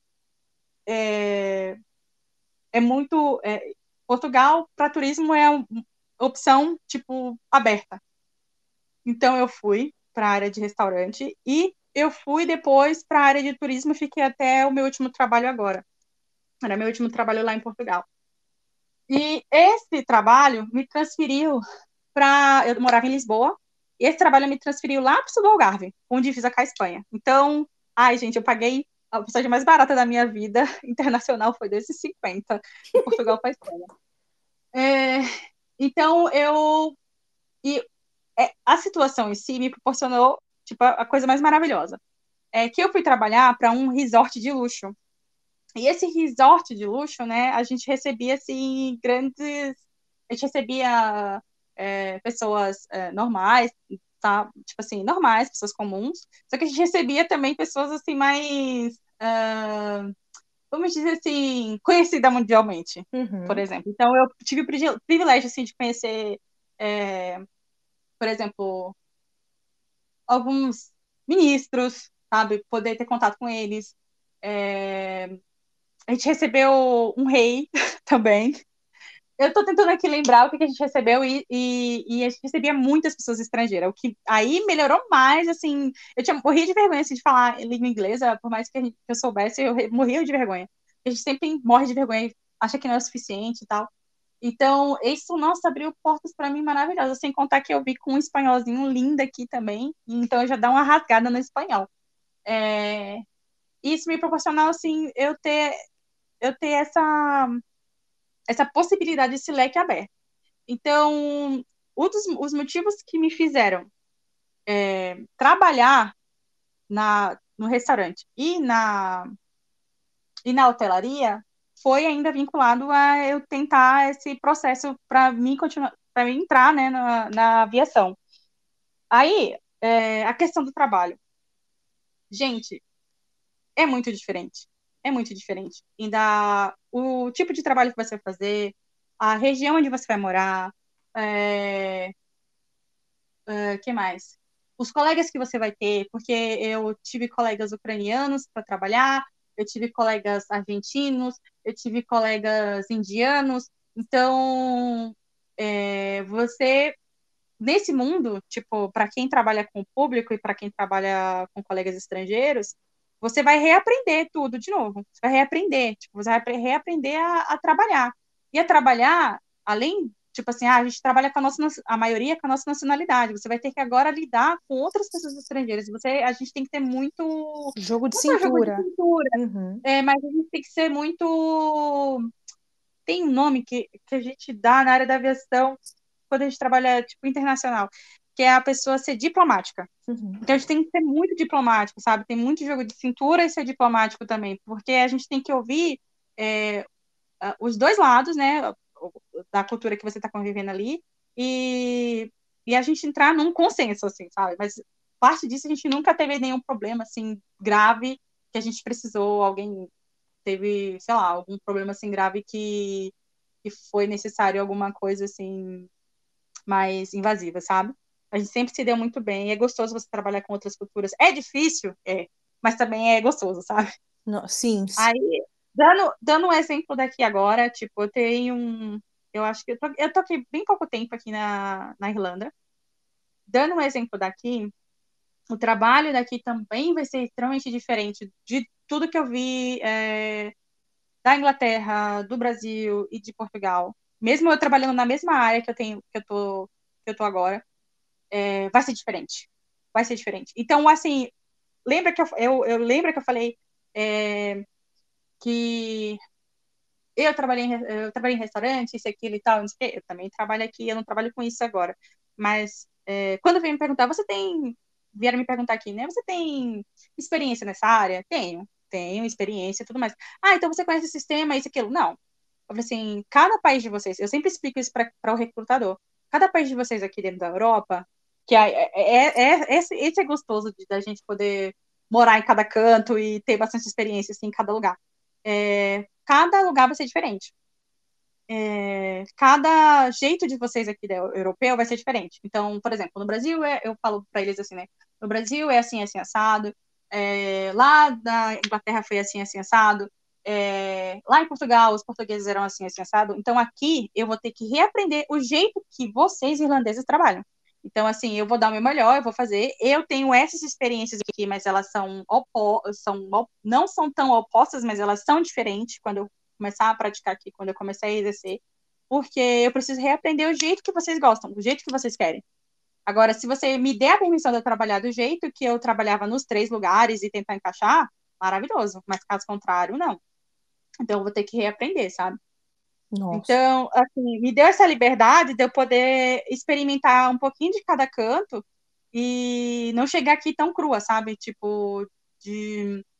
É, é muito. É, Portugal, para turismo, é uma opção, tipo, aberta. Então, eu fui para a área de restaurante e eu fui depois para a área de turismo e fiquei até o meu último trabalho agora. Era meu último trabalho lá em Portugal. E esse trabalho me transferiu para. Eu morava em Lisboa, e esse trabalho me transferiu lá para o sul do Algarve, onde fiz a Espanha. Então, ai, gente, eu paguei a passagem mais barata da minha vida internacional foi dois e cinquenta de Portugal para Espanha. É, então, eu. E é, a situação em si me proporcionou tipo, a, a coisa mais maravilhosa. É que eu fui trabalhar para um resort de luxo. E esse resort de luxo, né, a gente recebia, assim, grandes... A gente recebia é, pessoas é, normais, tá? Tipo assim, normais, pessoas comuns. Só que a gente recebia também pessoas, assim, mais... Uh, vamos dizer assim, conhecida mundialmente, por Uhum. exemplo. Então, eu tive o privilégio, assim, de conhecer, é, por exemplo, alguns ministros, sabe? Poder ter contato com eles. É, a gente recebeu um rei também. Eu tô tentando aqui lembrar o que a gente recebeu e, e, e a gente recebia muitas pessoas estrangeiras, o que aí melhorou mais, assim, eu tinha morria de vergonha assim, de falar língua inglesa, por mais que, a gente, que eu soubesse, eu morria de vergonha. A gente sempre morre de vergonha, acha que não é o suficiente e tal. Então, isso, nossa, abriu portas para mim maravilhosas, sem contar que eu vi com um espanholzinho lindo aqui também, então já dá uma rasgada no espanhol. É, isso me proporcionou, assim, eu ter, eu ter essa, essa possibilidade, esse leque aberto. Então, um dos os motivos que me fizeram é, trabalhar na, no restaurante e na, e na hotelaria foi ainda vinculado a eu tentar esse processo para mim continuar, para mim entrar, né, na, na aviação. Aí, é, a questão do trabalho. Gente, é muito diferente. É muito diferente. Ainda o tipo de trabalho que você vai fazer, a região onde você vai morar, é, uh, que mais? Os colegas que você vai ter, porque eu tive colegas ucranianos para trabalhar, eu tive colegas argentinos, eu tive colegas indianos, então é, você nesse mundo, tipo, para quem trabalha com o público e para quem trabalha com colegas estrangeiros, você vai reaprender tudo de novo. Você vai reaprender, tipo, você vai reaprender a, a trabalhar. E a trabalhar, além, tipo assim, ah, a gente trabalha com a nossa, a maioria com a nossa nacionalidade. Você vai ter que agora lidar com outras pessoas estrangeiras. Você, a gente tem que ter muito, Jogo de não só jogo de cintura. cintura, Uhum. é, mas a gente tem que ser muito, tem um nome que, que a gente dá na área da aviação quando a gente trabalha, tipo, internacional, que é a pessoa ser diplomática. Uhum. Então, a gente tem que ser muito diplomático, sabe? Tem muito jogo de cintura e ser diplomático também, porque a gente tem que ouvir é, os dois lados, né, da cultura que você está convivendo ali, e, e a gente entrar num consenso, assim, sabe? Mas parte disso a gente nunca teve nenhum problema, assim, grave, que a gente precisou, alguém teve, sei lá, algum problema, assim, grave que, que foi necessário alguma coisa, assim, mais invasiva, sabe? A gente sempre se deu muito bem. É gostoso você trabalhar com outras culturas. É difícil? É. Mas também é gostoso, sabe? No, sim. Aí, dando, dando um exemplo daqui agora, tipo, eu tenho um. Eu acho que eu tô, eu tô aqui bem pouco tempo aqui na, na Irlanda. Dando um exemplo daqui, o trabalho daqui também vai ser extremamente diferente de tudo que eu vi é, da Inglaterra, do Brasil e de Portugal. Mesmo eu trabalhando na mesma área que eu tenho, que eu tô, que eu tô agora, é, vai ser diferente. Vai ser diferente. Então, assim, lembra que eu, eu, eu lembro que eu falei é, que eu trabalhei, em, eu trabalhei em restaurante, isso, aquilo e tal, não sei o quê. Eu também trabalho aqui, eu não trabalho com isso agora. Mas é, quando vem me perguntar, você tem. Vieram me perguntar aqui, né? Você tem experiência nessa área? Tenho, tenho experiência e tudo mais. Ah, então você conhece o sistema, isso, aquilo? Não. Eu falei assim, cada país de vocês, eu sempre explico isso para o recrutador. Cada país de vocês aqui dentro da Europa, que é, é, é, esse, esse é gostoso de, da gente poder morar em cada canto e ter bastante experiência assim, em cada lugar. É, cada lugar vai ser diferente. É, cada jeito de vocês aqui da europeu vai ser diferente. Então, por exemplo, no Brasil, é, eu falo para eles assim, né? No Brasil é assim, assim, assado. É, lá na Inglaterra foi assim, assim, assado. É, lá em Portugal, os portugueses eram assim, assim, assado. Então, aqui, eu vou ter que reaprender o jeito que vocês, irlandeses, trabalham. Então, assim, eu vou dar o meu melhor, eu vou fazer. Eu tenho essas experiências aqui, mas elas são, opo são não são tão opostas, mas elas são diferentes quando eu começar a praticar aqui, quando eu comecei a exercer, porque eu preciso reaprender o jeito que vocês gostam, o jeito que vocês querem. Agora, se você me der a permissão de eu trabalhar do jeito que eu trabalhava nos três lugares e tentar encaixar, maravilhoso. Mas caso contrário, não. Então, eu vou ter que reaprender, sabe? Nossa. Então, assim, me deu essa liberdade de eu poder experimentar um pouquinho de cada canto e não chegar aqui tão crua, sabe? Tipo, de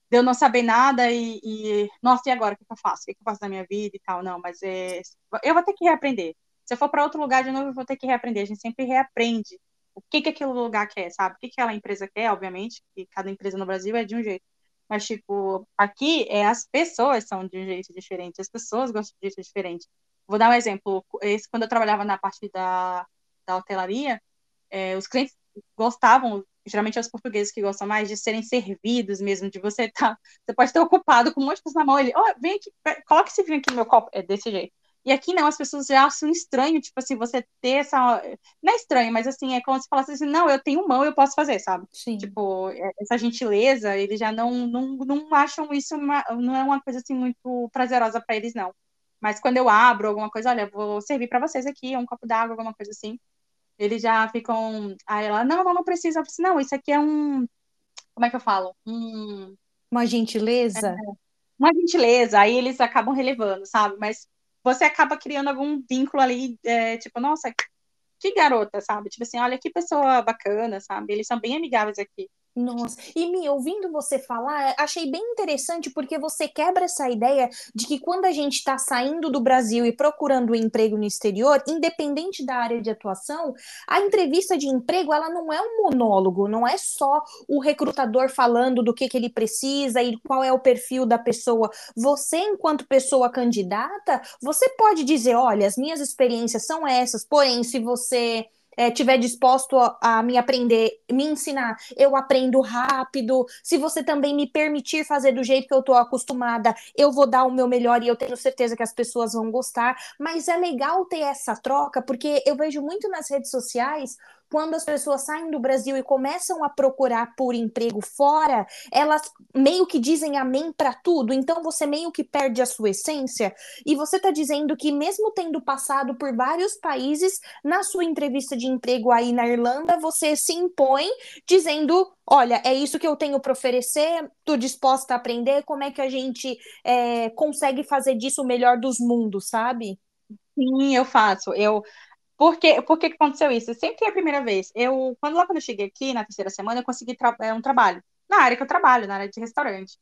de eu não saber nada e, e nossa, e agora? O que eu faço? O que eu faço na minha vida e tal? Não, mas é, eu vou ter que reaprender. Se eu for para outro lugar de novo, eu vou ter que reaprender. A gente sempre reaprende o que que aquele lugar quer, sabe? O que que aquela empresa quer, obviamente, que cada empresa no Brasil é de um jeito. Mas, tipo, aqui é, as pessoas são de um jeito diferente, as pessoas gostam de um jeito diferente. Vou dar um exemplo. Esse, quando eu trabalhava na parte da, da hotelaria, é, os clientes gostavam, geralmente é os portugueses que gostam mais, de serem servidos mesmo, de você estar, tá, você pode estar ocupado com um monte de coisa na mão, ele, ó, oh, vem aqui, coloca esse vinho aqui no meu copo, é desse jeito. E aqui não, as pessoas já acham estranho, tipo assim, você ter essa, não é estranho, mas assim, é como se falasse assim, não, eu tenho mão, eu posso fazer, sabe? Sim. Tipo, essa gentileza, eles já não, não, não acham isso, uma, não é uma coisa assim muito prazerosa para eles, não. Mas quando eu abro alguma coisa, olha, vou servir para vocês aqui, um copo d'água, alguma coisa assim, eles já ficam. Aí ela, não, não, não precisa. Eu disse, não, isso aqui é um. Como é que eu falo? Um, Uma gentileza? uma gentileza. Aí eles acabam relevando, sabe? Mas você acaba criando algum vínculo ali, é, tipo, nossa, que garota, sabe? Tipo assim, olha que pessoa bacana, sabe? Eles são bem amigáveis aqui. Nossa, e me ouvindo você falar, achei bem interessante porque você quebra essa ideia de que quando a gente está saindo do Brasil e procurando um emprego no exterior, independente da área de atuação, a entrevista de emprego ela não é um monólogo, não é só o recrutador falando do que, que ele precisa e qual é o perfil da pessoa. Você, enquanto pessoa candidata, você pode dizer, olha, as minhas experiências são essas, porém, se você é, tiver disposto a, a me aprender, me ensinar, eu aprendo rápido. Se você também me permitir fazer do jeito que eu tô acostumada, eu vou dar o meu melhor e eu tenho certeza que as pessoas vão gostar. Mas é legal ter essa troca, porque eu vejo muito nas redes sociais quando as pessoas saem do Brasil e começam a procurar por emprego fora, elas meio que dizem amém para tudo, então você meio que perde a sua essência. E você está dizendo que, mesmo tendo passado por vários países, na sua entrevista de emprego aí na Irlanda, você se impõe dizendo: olha, é isso que eu tenho para oferecer, estou disposta a aprender, como é que a gente é, consegue fazer disso o melhor dos mundos, sabe? Sim, eu faço. Eu Por que, por que que aconteceu isso? Sempre é a primeira vez. Eu, quando lá quando eu cheguei aqui, na terceira semana, eu consegui tra é, um trabalho. Na área que eu trabalho, na área de restaurante.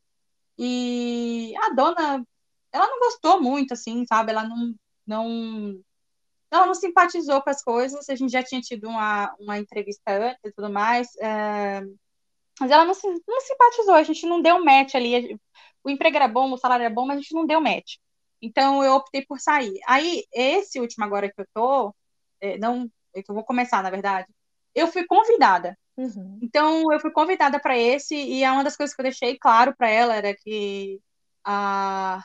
E a dona, ela não gostou muito, assim, sabe? Ela não, não, ela não simpatizou com as coisas. A gente já tinha tido uma, uma entrevista antes e tudo mais. É, mas ela não, se, não simpatizou. A gente não deu match ali. O emprego era bom, o salário era bom, mas a gente não deu match. Então eu optei por sair. Aí, esse último agora que eu tô, é, não, é que eu vou começar, na verdade, eu fui convidada. Uhum. Então, eu fui convidada para esse, e é uma das coisas que eu deixei claro para ela era que a,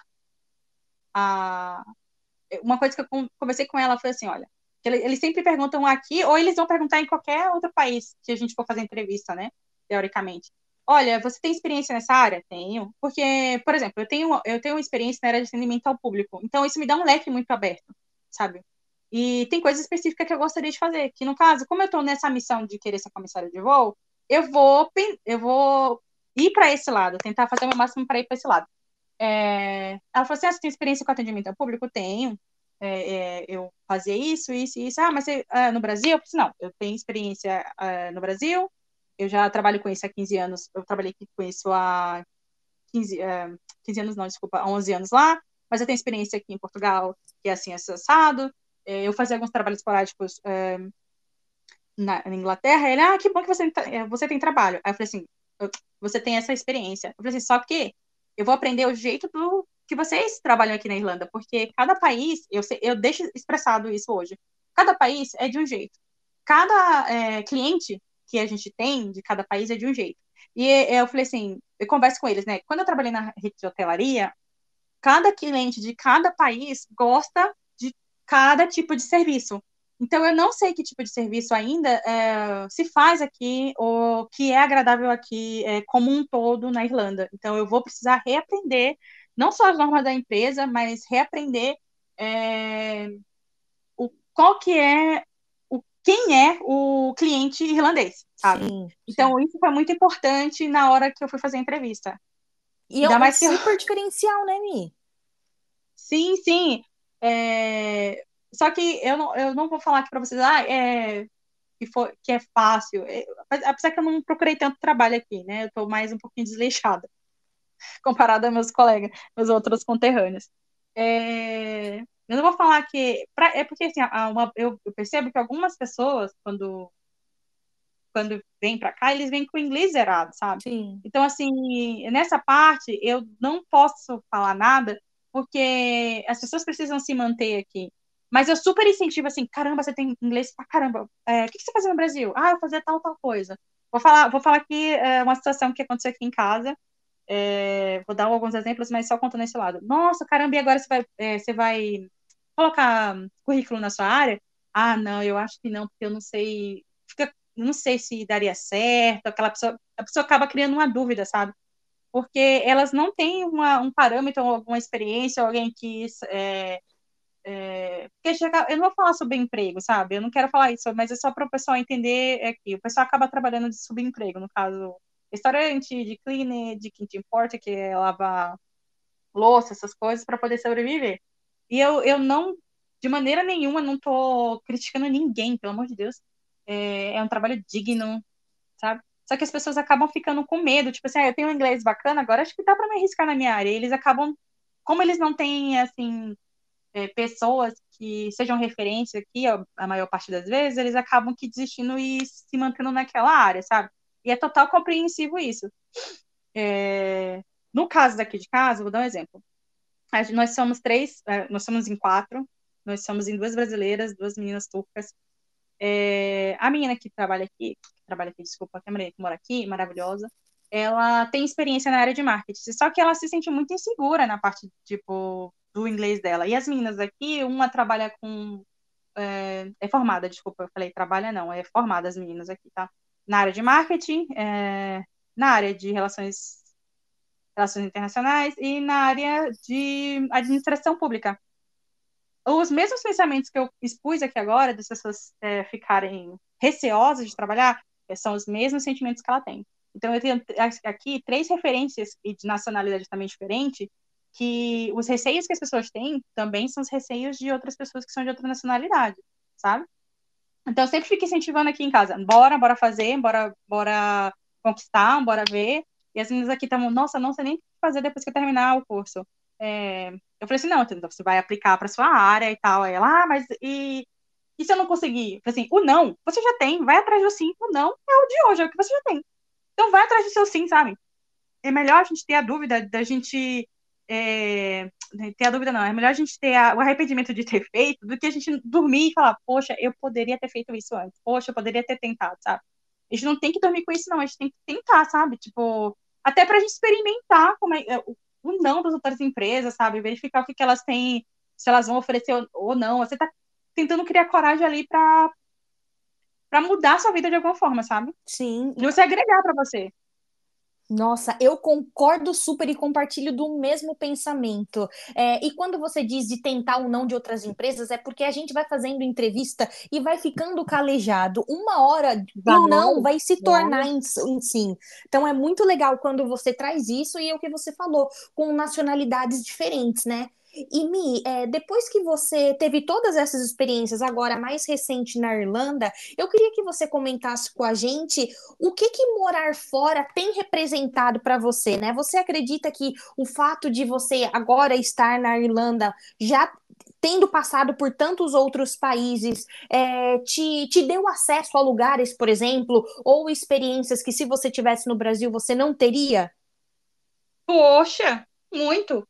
a, uma coisa que eu conversei com ela foi assim: olha, que eles sempre perguntam aqui, ou eles vão perguntar em qualquer outro país que a gente for fazer entrevista, né? Teoricamente. Olha, você tem experiência nessa área? Tenho. Porque, por exemplo, eu tenho, eu tenho experiência na área de atendimento ao público. Então, isso me dá um leque muito aberto, sabe? E tem coisas específicas que eu gostaria de fazer. Que, no caso, como eu estou nessa missão de querer ser comissária de voo, eu vou, eu vou ir para esse lado, tentar fazer o meu máximo para ir para esse lado. É, ela falou assim: ah, você tem experiência com atendimento ao público? Tenho. É, é, eu fazia isso, isso e isso. Ah, mas você, ah, no Brasil? Eu falei assim, não, eu tenho experiência ah, no Brasil, eu já trabalho com isso há quinze anos, eu trabalhei com isso há quinze, uh, quinze anos, não, desculpa, há onze anos lá, mas eu tenho experiência aqui em Portugal, que é assim, assado. É, eu fazia alguns trabalhos esporádicos é, na, na Inglaterra. Ele, ah, que bom que você, você tem trabalho. Aí eu falei assim, eu, você tem essa experiência. Eu falei assim, só que eu vou aprender o jeito do que vocês trabalham aqui na Irlanda, porque cada país, eu, sei, eu deixo expressado isso hoje, cada país é de um jeito. Cada é, cliente que a gente tem de cada país é de um jeito. E eu falei assim, eu converso com eles, né? Quando eu trabalhei na rede de hotelaria, cada cliente de cada país gosta de cada tipo de serviço. Então, eu não sei que tipo de serviço ainda é, se faz aqui, ou que é agradável aqui é, como um todo na Irlanda. Então, eu vou precisar reaprender, não só as normas da empresa, mas reaprender é, o, qual que é, o, quem é o cliente irlandês, sabe? Sim, sim. Então, isso foi muito importante na hora que eu fui fazer a entrevista. E é Ainda um mais que eu, super diferencial, né, Mi? sim, sim. É, só que eu não, eu não vou falar aqui para vocês, ah, é, que, for, que é fácil. É, apesar que eu não procurei tanto trabalho aqui, né? Eu estou mais um pouquinho desleixada. comparado a meus colegas, meus outros conterrâneos. É, eu não vou falar que... Pra, é porque, assim, a, uma, eu, eu percebo que algumas pessoas, quando, quando vêm para cá, eles vêm com o inglês zerado, sabe? Sim. Então, assim, nessa parte, eu não posso falar nada, porque as pessoas precisam se manter aqui. Mas eu super incentivo, assim, caramba, você tem inglês pra caramba. É, o que você fazia no Brasil? Ah, eu fazia tal, tal coisa. Vou falar, vou falar aqui é, uma situação que aconteceu aqui em casa. É, vou dar alguns exemplos, mas só contando esse lado. Nossa, caramba, e agora você vai, é, você vai colocar currículo na sua área? Ah, não, eu acho que não, porque eu não sei, fica, não sei se daria certo. Aquela pessoa, a pessoa acaba criando uma dúvida, sabe? Porque elas não têm uma, um parâmetro, alguma experiência, alguém que é, é, porque chega, eu não vou falar sobre emprego, sabe? Eu não quero falar isso, mas é só para o pessoal entender é que o pessoal acaba trabalhando de subemprego, no caso, restaurante, de cleaner, de quem te importa, que é lavar louça, essas coisas, para poder sobreviver. E eu, eu não, de maneira nenhuma, não tô criticando ninguém, pelo amor de Deus. É, é um trabalho digno, sabe? Só que as pessoas acabam ficando com medo, tipo assim, ah, eu tenho um inglês bacana, agora acho que dá para me arriscar na minha área. E eles acabam, como eles não têm, assim, é, pessoas que sejam referência aqui, a, a maior parte das vezes, eles acabam que desistindo e se mantendo naquela área, sabe? E é total compreensivo isso. É, no caso daqui de casa, vou dar um exemplo. Nós somos três, é, nós somos em quatro, nós somos em duas brasileiras, duas meninas turcas. É, a menina que trabalha aqui, que trabalha aqui, desculpa, que é a mulher que mora aqui, maravilhosa, ela tem experiência na área de marketing, só que ela se sente muito insegura na parte, tipo, do inglês dela. E as meninas aqui, uma trabalha com... É, é formada, desculpa, eu falei trabalha não, é formada as meninas aqui, tá? Na área de marketing, é, na área de relações, relações internacionais e na área de administração pública. Os mesmos pensamentos que eu expus aqui agora, das pessoas é, ficarem receosas de trabalhar, é, são os mesmos sentimentos que ela tem. Então, eu tenho aqui três referências e de nacionalidade também diferente, que os receios que as pessoas têm também são os receios de outras pessoas que são de outra nacionalidade, sabe? Então, eu sempre fico incentivando aqui em casa, bora, bora fazer, bora, bora conquistar, bora ver. E as meninas aqui estão, nossa, não sei nem o que fazer depois que eu terminar o curso. É, eu falei assim, não, então você vai aplicar para sua área e tal. Aí ela, ah, mas e, e se eu não conseguir? Eu falei assim, o não, você já tem, vai atrás do sim. O não é o de hoje, é o que você já tem. Então vai atrás do seu sim, sabe? É melhor a gente ter a dúvida da gente... É, ter a dúvida não, é melhor a gente ter a, o arrependimento de ter feito do que a gente dormir e falar, poxa, eu poderia ter feito isso antes, poxa, eu poderia ter tentado, sabe? A gente não tem que dormir com isso, não, a gente tem que tentar, sabe? Tipo, até pra gente experimentar como é, o, o não das outras empresas, sabe? Verificar o que, que elas têm, se elas vão oferecer ou, ou não. Você tá tentando criar coragem ali pra, pra mudar a sua vida de alguma forma, sabe? Sim. E você agregar pra você. Nossa, eu concordo super e compartilho do mesmo pensamento. É, e quando você diz de tentar o não de outras empresas, é porque a gente vai fazendo entrevista e vai ficando calejado. Uma hora Vai, o não vai se tornar vai. em, em sim. Então é muito legal quando você traz isso e é o que você falou, com nacionalidades diferentes, né? E Mi, é, depois que você teve todas essas experiências, agora mais recente na Irlanda, eu queria que você comentasse com a gente o que que morar fora tem representado para você, né? Você acredita que o fato de você agora estar na Irlanda já tendo passado por tantos outros países, é, te, te deu acesso a lugares, por exemplo, ou experiências que se você tivesse no Brasil você não teria? Poxa, muito.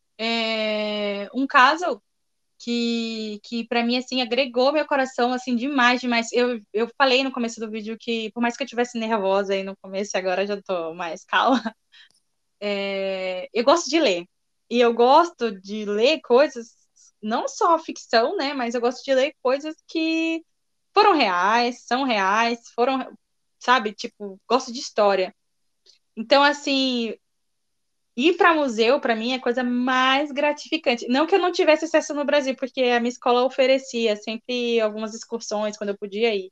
É, um caso que, que para mim, assim, agregou meu coração, assim, demais, demais. Eu, eu falei no começo do vídeo que, por mais que eu tivesse nervosa aí no começo, agora já tô mais calma, é, eu gosto de ler. E eu gosto de ler coisas, não só ficção, né, mas eu gosto de ler coisas que foram reais, são reais, foram, sabe, tipo, gosto de história. Então, assim, ir para museu, para mim, é a coisa mais gratificante. Não que eu não tivesse acesso no Brasil, porque a minha escola oferecia sempre algumas excursões quando eu podia ir,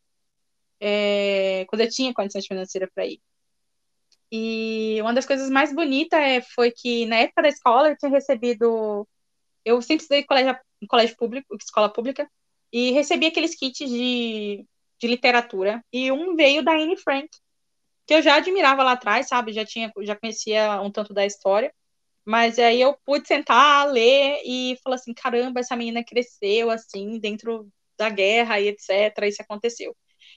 é, quando eu tinha condições financeiras para ir. E uma das coisas mais bonitas é, foi que, na época da escola, eu tinha recebido. Eu sempre estudei em colégio, em colégio público, escola pública, e recebi aqueles kits de, de literatura. E um veio da Anne Frank. que eu já admirava lá atrás, sabe? Já tinha, já conhecia um tanto da história. Mas aí eu pude sentar, ler e falar assim, caramba, essa menina cresceu assim, dentro da guerra e etcétera. Isso aconteceu.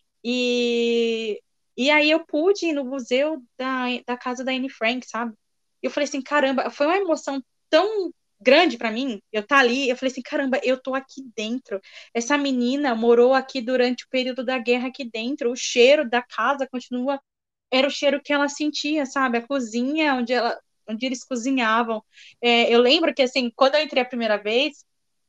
E, e aí eu pude ir no museu da, da casa da Anne Frank, sabe? E eu falei assim, caramba, foi uma emoção tão grande para mim, eu estar tá ali, eu falei assim, caramba, eu tô aqui dentro. Essa menina morou aqui durante o período da guerra aqui dentro, o cheiro da casa continua, era o cheiro que ela sentia, sabe? A cozinha onde ela, onde eles cozinhavam. É, eu lembro que, assim, quando eu entrei a primeira vez,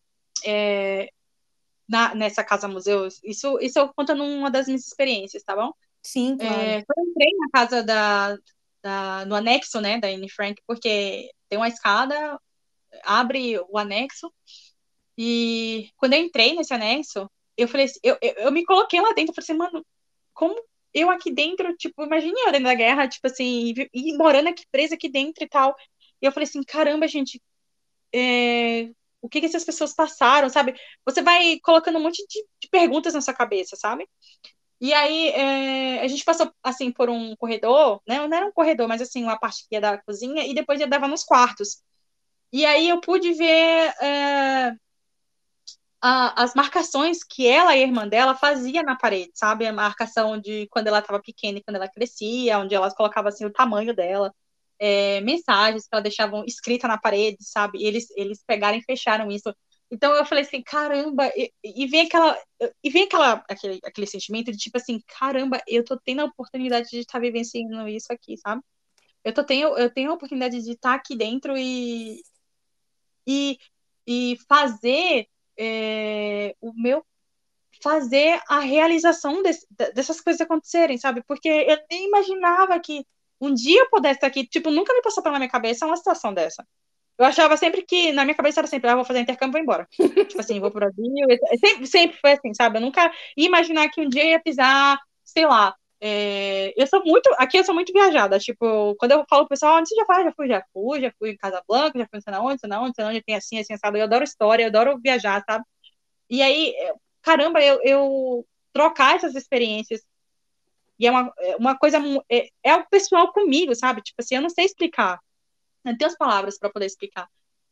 é, na, nessa casa museu, isso, isso eu conto numa das minhas experiências, tá bom? Sim, claro. É, quando eu entrei na casa da, da, no anexo, né, da Anne Frank, porque tem uma escada, abre o anexo, e quando eu entrei nesse anexo, eu falei assim, eu, eu, eu me coloquei lá dentro, eu falei assim, mano, como eu aqui dentro, tipo, imagine eu dentro da guerra, tipo assim, e, e morando aqui, presa aqui dentro e tal. E eu falei assim, caramba, gente, é, o que que essas pessoas passaram, sabe? Você vai colocando um monte de, de perguntas na sua cabeça, sabe? E aí é, a gente passou assim por um corredor, né? Não era um corredor, mas assim, uma parte que ia da cozinha e depois ia dava nos quartos. E aí eu pude ver é, a, as marcações que ela e a irmã dela fazia na parede, sabe? A marcação de quando ela estava pequena e quando ela crescia, onde elas colocavam assim o tamanho dela, é, mensagens que ela deixavam escrita na parede, sabe? E eles eles pegaram e fecharam isso. Então eu falei assim, caramba, e, e vem aquela e vem aquela aquele, aquele sentimento de tipo assim, caramba, eu tô tendo a oportunidade de estar vivenciando isso aqui, sabe? Eu tô tendo eu tenho a oportunidade de estar aqui dentro e e, e fazer é, o meu fazer a realização desse, dessas coisas acontecerem, sabe? Porque eu nem imaginava que um dia eu pudesse estar aqui, tipo, nunca me passou pela minha cabeça uma situação dessa. Eu achava sempre que, na minha cabeça era sempre, ah, vou fazer intercâmbio, vou embora. Tipo assim, vou pro Brasil. Sempre, sempre foi assim, sabe? Eu nunca ia imaginar que um dia eu ia pisar, sei lá. É, eu sou muito, aqui eu sou muito viajada. Tipo, quando eu falo pro pessoal, onde você já vai? Já fui, já fui, já fui em Casablanca, já fui não sei na onde, sei na onde, sei na onde, tem assim, assim, sabe? Eu adoro história, eu adoro viajar, sabe? E aí, caramba, eu, eu trocar essas experiências. E é uma, é uma coisa, é, é o pessoal comigo, sabe? Tipo assim, eu não sei explicar. Não tenho as palavras para poder explicar.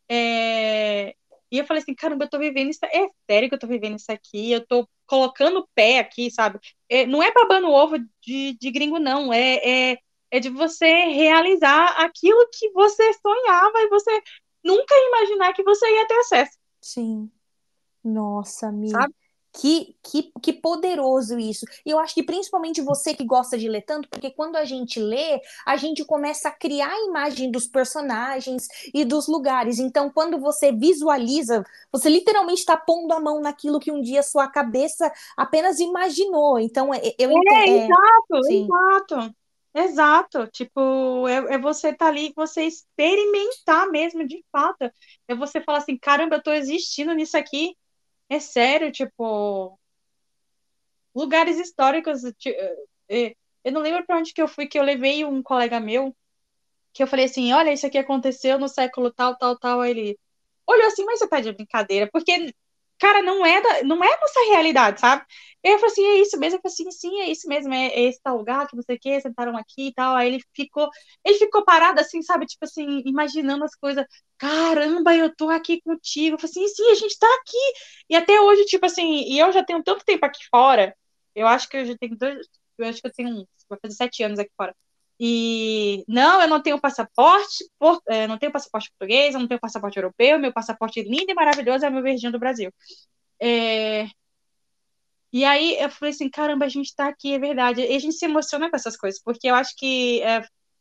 É... E eu falei assim, caramba, eu tô vivendo isso, é sério que eu tô vivendo isso aqui, eu tô colocando o pé aqui, sabe? É, não é babando ovo de, de gringo, não, é, é, é de você realizar aquilo que você sonhava e você nunca ia imaginar que você ia ter acesso, Sim. Nossa, Mi. sabe? Que, que, que poderoso isso. E eu acho que principalmente você que gosta de ler tanto, porque quando a gente lê, a gente começa a criar a imagem dos personagens e dos lugares. Então, quando você visualiza, você literalmente está pondo a mão naquilo que um dia sua cabeça apenas imaginou. Então, é- eu entendo. É, É, exato, sim, exato. Exato, tipo, é, é você estar tá ali, você experimentar mesmo, de fato. É você falar assim, caramba, eu tô existindo nisso aqui. É sério, tipo, lugares históricos. ti- eh, Eu não lembro para onde que eu fui, que eu levei um colega meu, que eu falei assim, olha, isso aqui aconteceu no século tal, tal, tal. Aí ele olhou assim, mas você tá de brincadeira, porque, cara, não é, da, não é a nossa realidade, sabe? Eu falei assim, é isso mesmo? Eu falei assim, sim, é isso mesmo, é, é esse tal lugar que não sei o quê, sentaram aqui e tal. Aí ele ficou, ele ficou parado assim, sabe? Tipo assim, imaginando as coisas. Caramba, eu tô aqui contigo. Eu falei assim, sim, a gente tá aqui. E até hoje, tipo assim, e eu já tenho tanto tempo aqui fora, eu acho que eu já tenho dois, eu acho que eu tenho, uns- vai fazer sete anos aqui fora. E não, eu não tenho passaporte, por, é, não tenho passaporte português, eu não tenho passaporte europeu, meu passaporte lindo e maravilhoso é o meu verdinho do Brasil. É, e aí eu falei assim, caramba, a gente tá aqui, é verdade. E a gente se emociona com essas coisas, porque eu acho que é,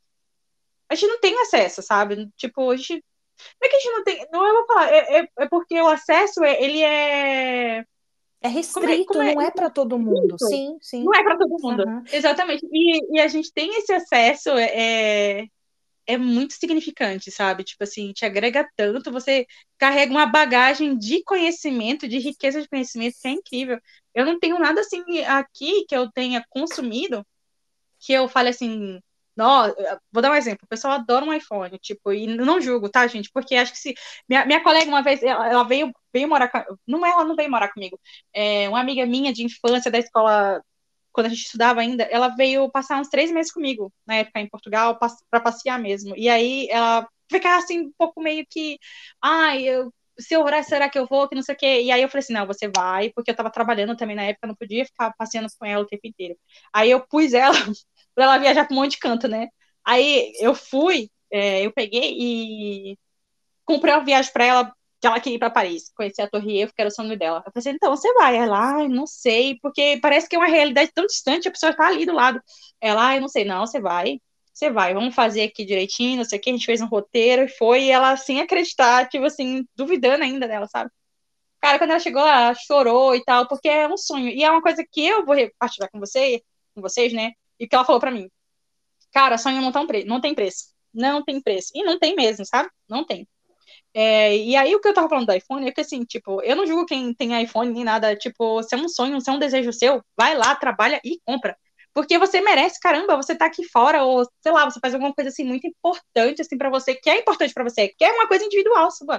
a gente não tem acesso, sabe? Tipo, a gente. Não é que a gente não tem. Não, eu vou falar, é, é, é porque o acesso, é, ele é. é Como é, como restrito, é não é para todo mundo. isso? Sim, sim. Não é para todo mundo. Aham. Exatamente. E, e a gente tem esse acesso, é, é muito significante, sabe? Tipo assim, te agrega tanto, você carrega uma bagagem de conhecimento, de riqueza de conhecimento que é incrível. Eu não tenho nada assim aqui que eu tenha consumido que eu fale assim, não, vou dar um exemplo, o pessoal adora um iPhone, tipo, e não julgo, tá, gente? Porque acho que se minha, minha colega uma vez, ela, ela veio, veio morar com, não ela não veio morar comigo, é uma amiga minha de infância da escola quando a gente estudava ainda, ela veio passar uns três meses comigo, na época em Portugal, para passear mesmo. E aí ela ficava assim, um pouco meio que, ai, eu, se eu orar, será que eu vou, que não sei o quê. E aí eu falei assim, não, você vai, porque eu tava trabalhando também na época, não podia ficar passeando com ela o tempo inteiro. Aí eu pus ela para ela viajar para um monte de canto, né? Aí eu fui, é, eu peguei e comprei uma viagem para ela, que ela queria ir para Paris, conhecer a Torre Eiffel, que era o sonho dela. Eu falei assim, então você vai. Ela, ai, não sei, porque parece que é uma realidade tão distante, a pessoa está ali do lado. Ela, ai, não sei, não, você vai, você vai, vamos fazer aqui direitinho, não sei o que, a gente fez um roteiro e foi, e ela sem acreditar, tipo assim, duvidando ainda dela, sabe? Cara, quando ela chegou, ela chorou e tal, porque é um sonho. E é uma coisa que eu vou partilhar com você, com vocês, né? E que ela falou para mim. Cara, sonho não, tão pre... não tem preço. Não tem preço. E não tem mesmo, sabe? Não tem. É, e aí, o que eu tava falando do iPhone é que, assim, tipo, eu não julgo quem tem iPhone nem nada. Tipo, se é um sonho, se é um desejo seu, vai lá, trabalha e compra. Porque você merece, caramba, você tá aqui fora, ou, sei lá, você faz alguma coisa, assim, muito importante, assim, pra você, que é importante pra você, que é uma coisa individual sua.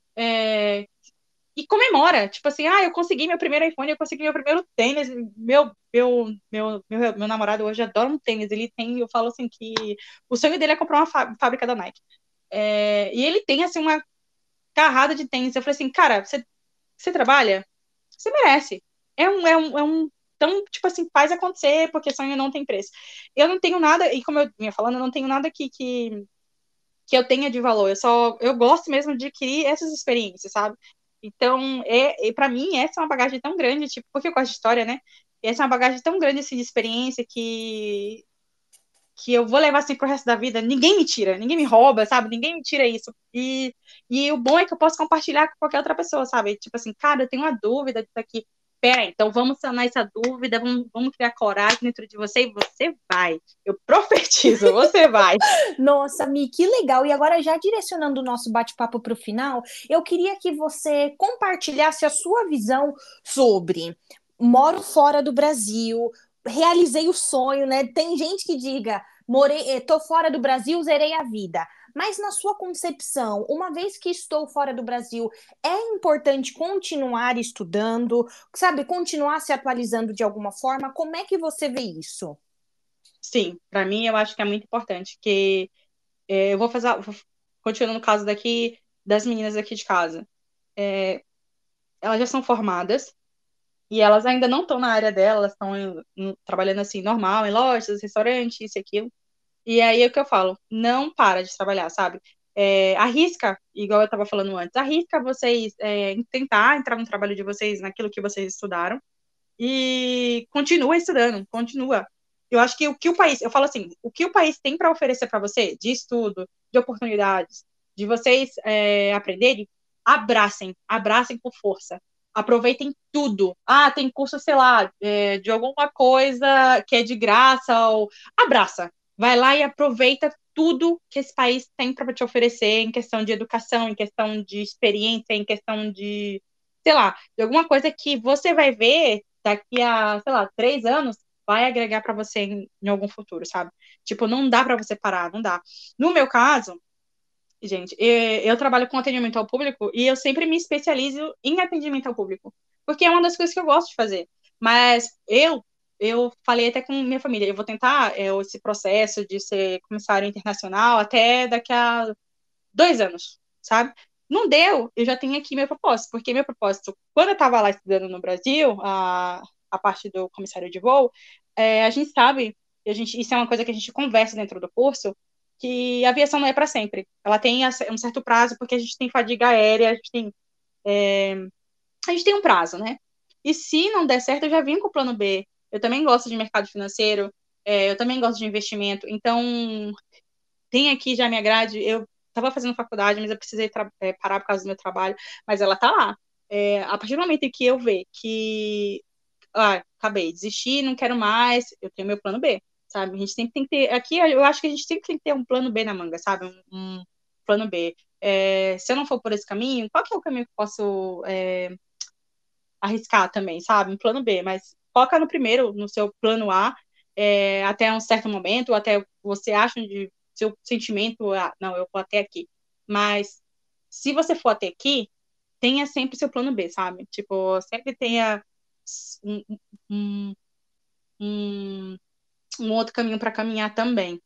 É, e comemora, tipo assim, ah, eu consegui meu primeiro iPhone, eu consegui meu primeiro tênis, meu, meu, meu, meu, meu namorado hoje adora um tênis, ele tem, eu falo assim, que o sonho dele é comprar uma fábrica da Nike. É, e ele tem, assim, uma carrada de tênis. Eu falei assim, cara, você, você trabalha? Você merece. É um, é um, é um. Então, tipo assim, faz acontecer, porque sonho não tem preço. Eu não tenho nada, e como eu vinha falando, eu não tenho nada aqui que, que eu tenha de valor. Eu só, eu gosto mesmo de adquirir essas experiências, sabe? Então, é, para mim, essa é uma bagagem tão grande, tipo, porque eu gosto de história, né? Essa é uma bagagem tão grande assim, de experiência que que eu vou levar assim pro resto da vida, ninguém me tira, ninguém me rouba, sabe? Ninguém me tira isso. E, e o bom é que eu posso compartilhar com qualquer outra pessoa, sabe? Tipo assim, cara, eu tenho uma dúvida disso aqui. Pera, então vamos sanar essa dúvida, vamos, vamos criar coragem dentro de você e você vai. Eu profetizo, você vai. Nossa, Mi, que legal! E agora, já direcionando o nosso bate-papo para o final, eu queria que você compartilhasse a sua visão sobre moro fora do Brasil, realizei o sonho, né? Tem gente que diga, morei, eh, tô fora do Brasil, zerei a vida. Mas na sua concepção, uma vez que estou fora do Brasil, é importante continuar estudando, sabe, continuar se atualizando de alguma forma? Como é que você vê isso? Sim, para mim eu acho que é muito importante, que é, eu vou fazer, vou, continuando no caso daqui, das meninas aqui de casa. É, elas já são formadas, e elas ainda não estão na área delas, estão trabalhando assim, normal, em lojas, restaurantes, isso e aquilo. E aí é o que eu falo, não para de trabalhar, sabe? É, arrisca, igual eu estava falando antes, arrisca vocês é, tentar entrar no trabalho de vocês, naquilo que vocês estudaram, e continua estudando, continua. Eu acho que o que o país, eu falo assim, o que o país tem para oferecer para você, de estudo, de oportunidades, de vocês é, aprenderem, abracem, abracem com força. Aproveitem tudo. Ah, tem curso, sei lá, é, de alguma coisa que é de graça, ou abraça. Vai lá e aproveita tudo que esse país tem para te oferecer em questão de educação, em questão de experiência, em questão de, sei lá, de alguma coisa que você vai ver daqui a, sei lá, três anos, vai agregar para você em, em, algum futuro, sabe? Tipo, não dá para você parar, não dá. No meu caso, gente, eu, eu trabalho com atendimento ao público e eu sempre me especializo em atendimento ao público, porque é uma das coisas que eu gosto de fazer. Mas eu, eu falei até com minha família, eu vou tentar é, esse processo de ser comissário internacional até daqui a dois anos, sabe? Não deu, eu já tenho aqui meu propósito, porque meu propósito, quando eu estava lá estudando no Brasil, a, a parte do comissário de voo, é, a gente sabe, a gente, isso é uma coisa que a gente conversa dentro do curso, que a aviação não é para sempre. Ela tem um certo prazo, porque a gente tem fadiga aérea, a gente tem, é, a gente tem um prazo, né? E se não der certo, eu já vim com o plano B. Eu também gosto de mercado financeiro, é, eu também gosto de investimento. Então, tem aqui já minha grade, eu estava fazendo faculdade, mas eu precisei é, parar por causa do meu trabalho, mas ela tá lá. É, a partir do momento em que eu ver que, ah, acabei, desisti, não quero mais, eu tenho meu plano B, sabe? A gente sempre tem que ter, aqui eu acho que a gente sempre tem que ter um plano B na manga, sabe? Um, um plano B. É, se eu não for por esse caminho, qual que é o caminho que eu posso é, arriscar também, sabe? Um plano B, mas foca no primeiro, no seu plano A, é, até um certo momento, até você acha de seu sentimento, ah, não, eu vou até aqui. Mas se você for até aqui, tenha sempre seu plano B, sabe? Tipo, sempre tenha um, um, um, um outro caminho para caminhar também.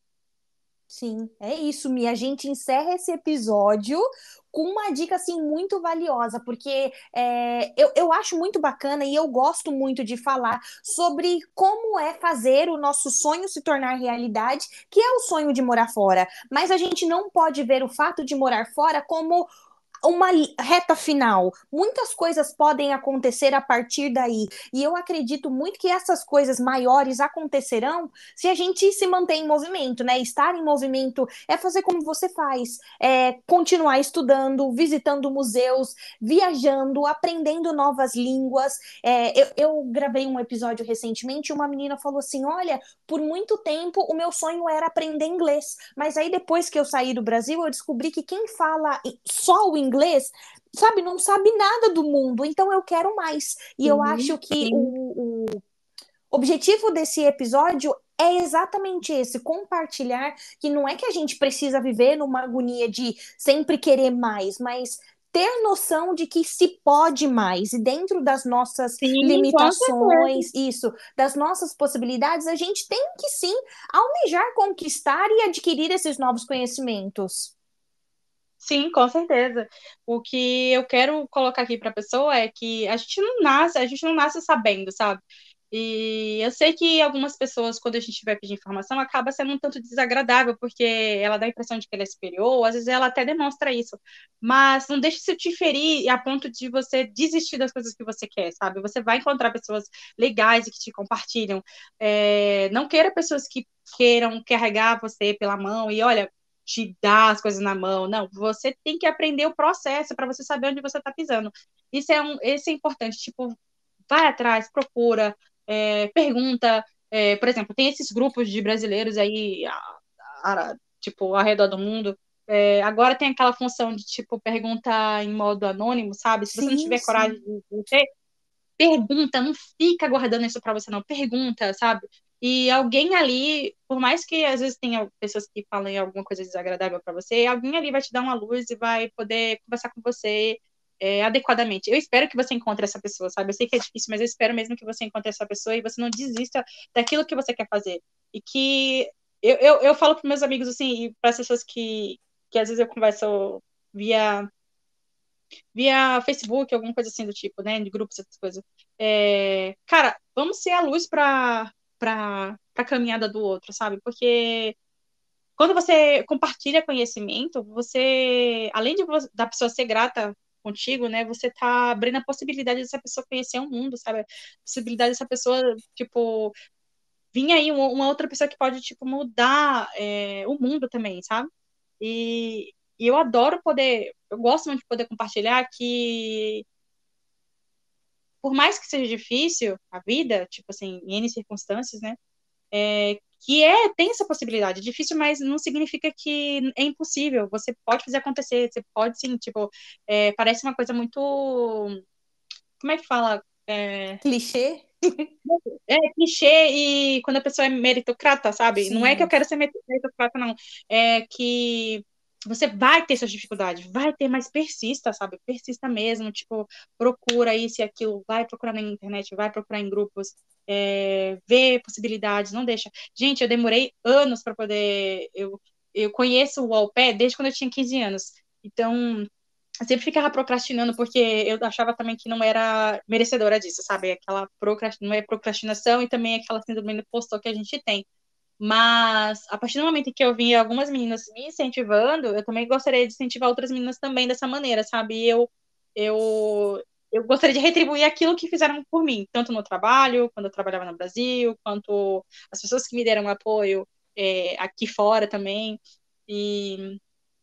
Sim, é isso, Mi. A gente encerra esse episódio com uma dica assim muito valiosa, porque é, eu, eu acho muito bacana e eu gosto muito de falar sobre como é fazer o nosso sonho se tornar realidade, que é o sonho de morar fora. Mas a gente não pode ver o fato de morar fora como uma reta final. Muitas coisas podem acontecer a partir daí. E eu acredito muito que essas coisas maiores acontecerão se a gente se mantém em movimento, né? Estar em movimento é fazer como você faz, é continuar estudando, visitando museus, viajando, aprendendo novas línguas. É, eu, eu gravei um episódio recentemente e uma menina falou assim: olha, por muito tempo o meu sonho era aprender inglês, mas aí depois que eu saí do Brasil, eu descobri que quem fala só o inglês, sabe, não sabe nada do mundo, então eu quero mais. E eu Sim, acho que sim. o, o objetivo desse episódio é exatamente esse, compartilhar que não é que a gente precisa viver numa agonia de sempre querer mais, mas ter noção de que se pode mais, e dentro das nossas Sim, com certeza. limitações, isso, das nossas possibilidades, a gente tem que sim almejar conquistar e adquirir esses novos conhecimentos. Sim, com certeza. O que eu quero colocar aqui para a pessoa é que a gente não nasce, a gente não nasce sabendo, sabe? E eu sei que algumas pessoas, quando a gente vai pedir informação, acaba sendo um tanto desagradável, porque ela dá a impressão de que ela é superior, ou às vezes ela até demonstra isso. Mas não deixe isso te ferir a ponto de você desistir das coisas que você quer, sabe? Você vai encontrar pessoas legais e que te compartilham. É, não queira pessoas que queiram carregar você pela mão e, olha, te dar as coisas na mão. Não, você tem que aprender o processo para você saber onde você está pisando. Isso é, um, isso é importante. Tipo, vai atrás, procura, é, pergunta. É, por exemplo, tem esses grupos de brasileiros aí, a, a, tipo, ao redor do mundo. É, agora tem aquela função de, tipo, pergunta em modo anônimo, sabe? Se você não Sim, tiver coragem sim. de, de ter, pergunta, não fica guardando isso para você, não. Pergunta, sabe? E alguém ali, por mais que às vezes tenha pessoas que falem alguma coisa desagradável para você, alguém ali vai te dar uma luz e vai poder conversar com você é, adequadamente. Eu espero que você encontre essa pessoa, sabe? Eu sei que é difícil, mas eu espero mesmo que você encontre essa pessoa e você não desista daquilo que você quer fazer. E que eu, eu, eu falo para meus amigos assim, e para as pessoas que, que às vezes eu converso via via Facebook, alguma coisa assim do tipo, né? De grupos, essas coisas. É, cara, vamos ser a luz para para a caminhada do outro, sabe? Porque quando você compartilha conhecimento, você, além de você, da pessoa ser grata contigo, né? Você tá abrindo a possibilidade dessa pessoa conhecer o mundo, sabe? A possibilidade dessa pessoa, tipo, vir aí uma, uma outra pessoa que pode, tipo, mudar é, o mundo também, sabe? E, e eu adoro poder, eu gosto muito de poder compartilhar que por mais que seja difícil a vida, tipo assim, em N circunstâncias, né? É, que é, tem essa possibilidade. Difícil, mas não significa que é impossível. Você pode fazer acontecer, você pode sim, tipo, é, parece uma coisa muito. Como é que fala? É, Clichê? é clichê e quando a pessoa é meritocrata, sabe? Não é que eu Sim. quero ser meritocrata, não. É que você vai ter suas dificuldades, vai ter, mas persista, sabe? Persista mesmo, tipo, procura isso e aquilo, vai procurar na internet, vai procurar em grupos, é, vê possibilidades, não deixa. Gente, eu demorei anos para poder. Eu, eu conheço o au pair desde quando eu tinha quinze anos. Então, eu sempre ficava procrastinando porque eu achava também que não era merecedora disso, sabe? Aquela procrastinação, não é procrastinação e também aquela síndrome do impostor que a gente tem. Mas a partir do momento em que eu vi algumas meninas me incentivando, eu também gostaria de incentivar outras meninas também dessa maneira, sabe? E eu eu eu gostaria de retribuir aquilo que fizeram por mim, tanto no trabalho, quando eu trabalhava no Brasil, quanto as pessoas que me deram apoio é, aqui fora também. E,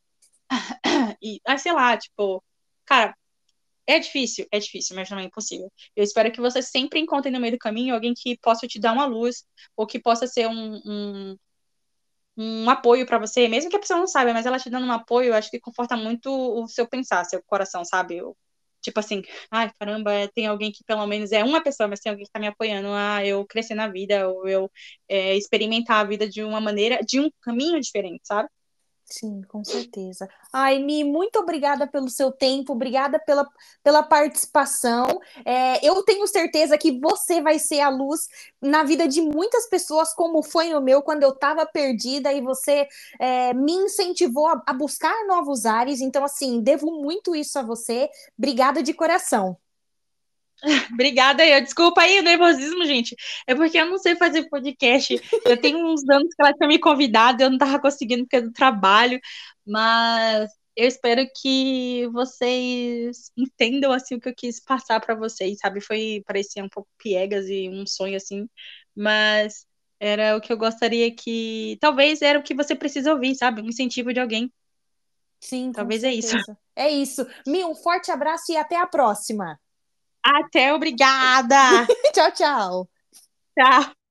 e ah, sei lá, tipo, cara, é difícil, é difícil, mas não é impossível. Eu espero que você sempre encontre no meio do caminho alguém que possa te dar uma luz, ou que possa ser um, um, um apoio para você, mesmo que a pessoa não saiba, mas ela te dando um apoio, eu acho que conforta muito o seu pensar, seu coração, sabe? Eu, tipo assim, ai, caramba, é, tem alguém que pelo menos é uma pessoa, mas tem alguém que tá me apoiando a eu crescer na vida, ou eu é, experimentar a vida de uma maneira, de um caminho diferente, sabe? Sim, com certeza. Ai, Mi, muito obrigada pelo seu tempo, obrigada pela, pela participação. É, eu tenho certeza que você vai ser a luz na vida de muitas pessoas, como foi no meu, quando eu estava perdida e você é, me incentivou a, a buscar novos ares. Então, assim, devo muito isso a você. Obrigada de coração. Obrigada aí. Desculpa aí o nervosismo, gente. É porque eu não sei fazer podcast. Eu tenho uns anos que ela tinha me convidado, eu não tava conseguindo porque é do trabalho, mas eu espero que vocês entendam assim o que eu quis passar para vocês, sabe? Foi parecia um pouco piegas e um sonho assim, mas era o que eu gostaria que talvez era o que você precisa ouvir, sabe? Um incentivo de alguém. Sim, com Talvez é isso. certeza. É isso. Mi, um forte abraço e até a próxima. Até, obrigada. Tchau, tchau. Tchau.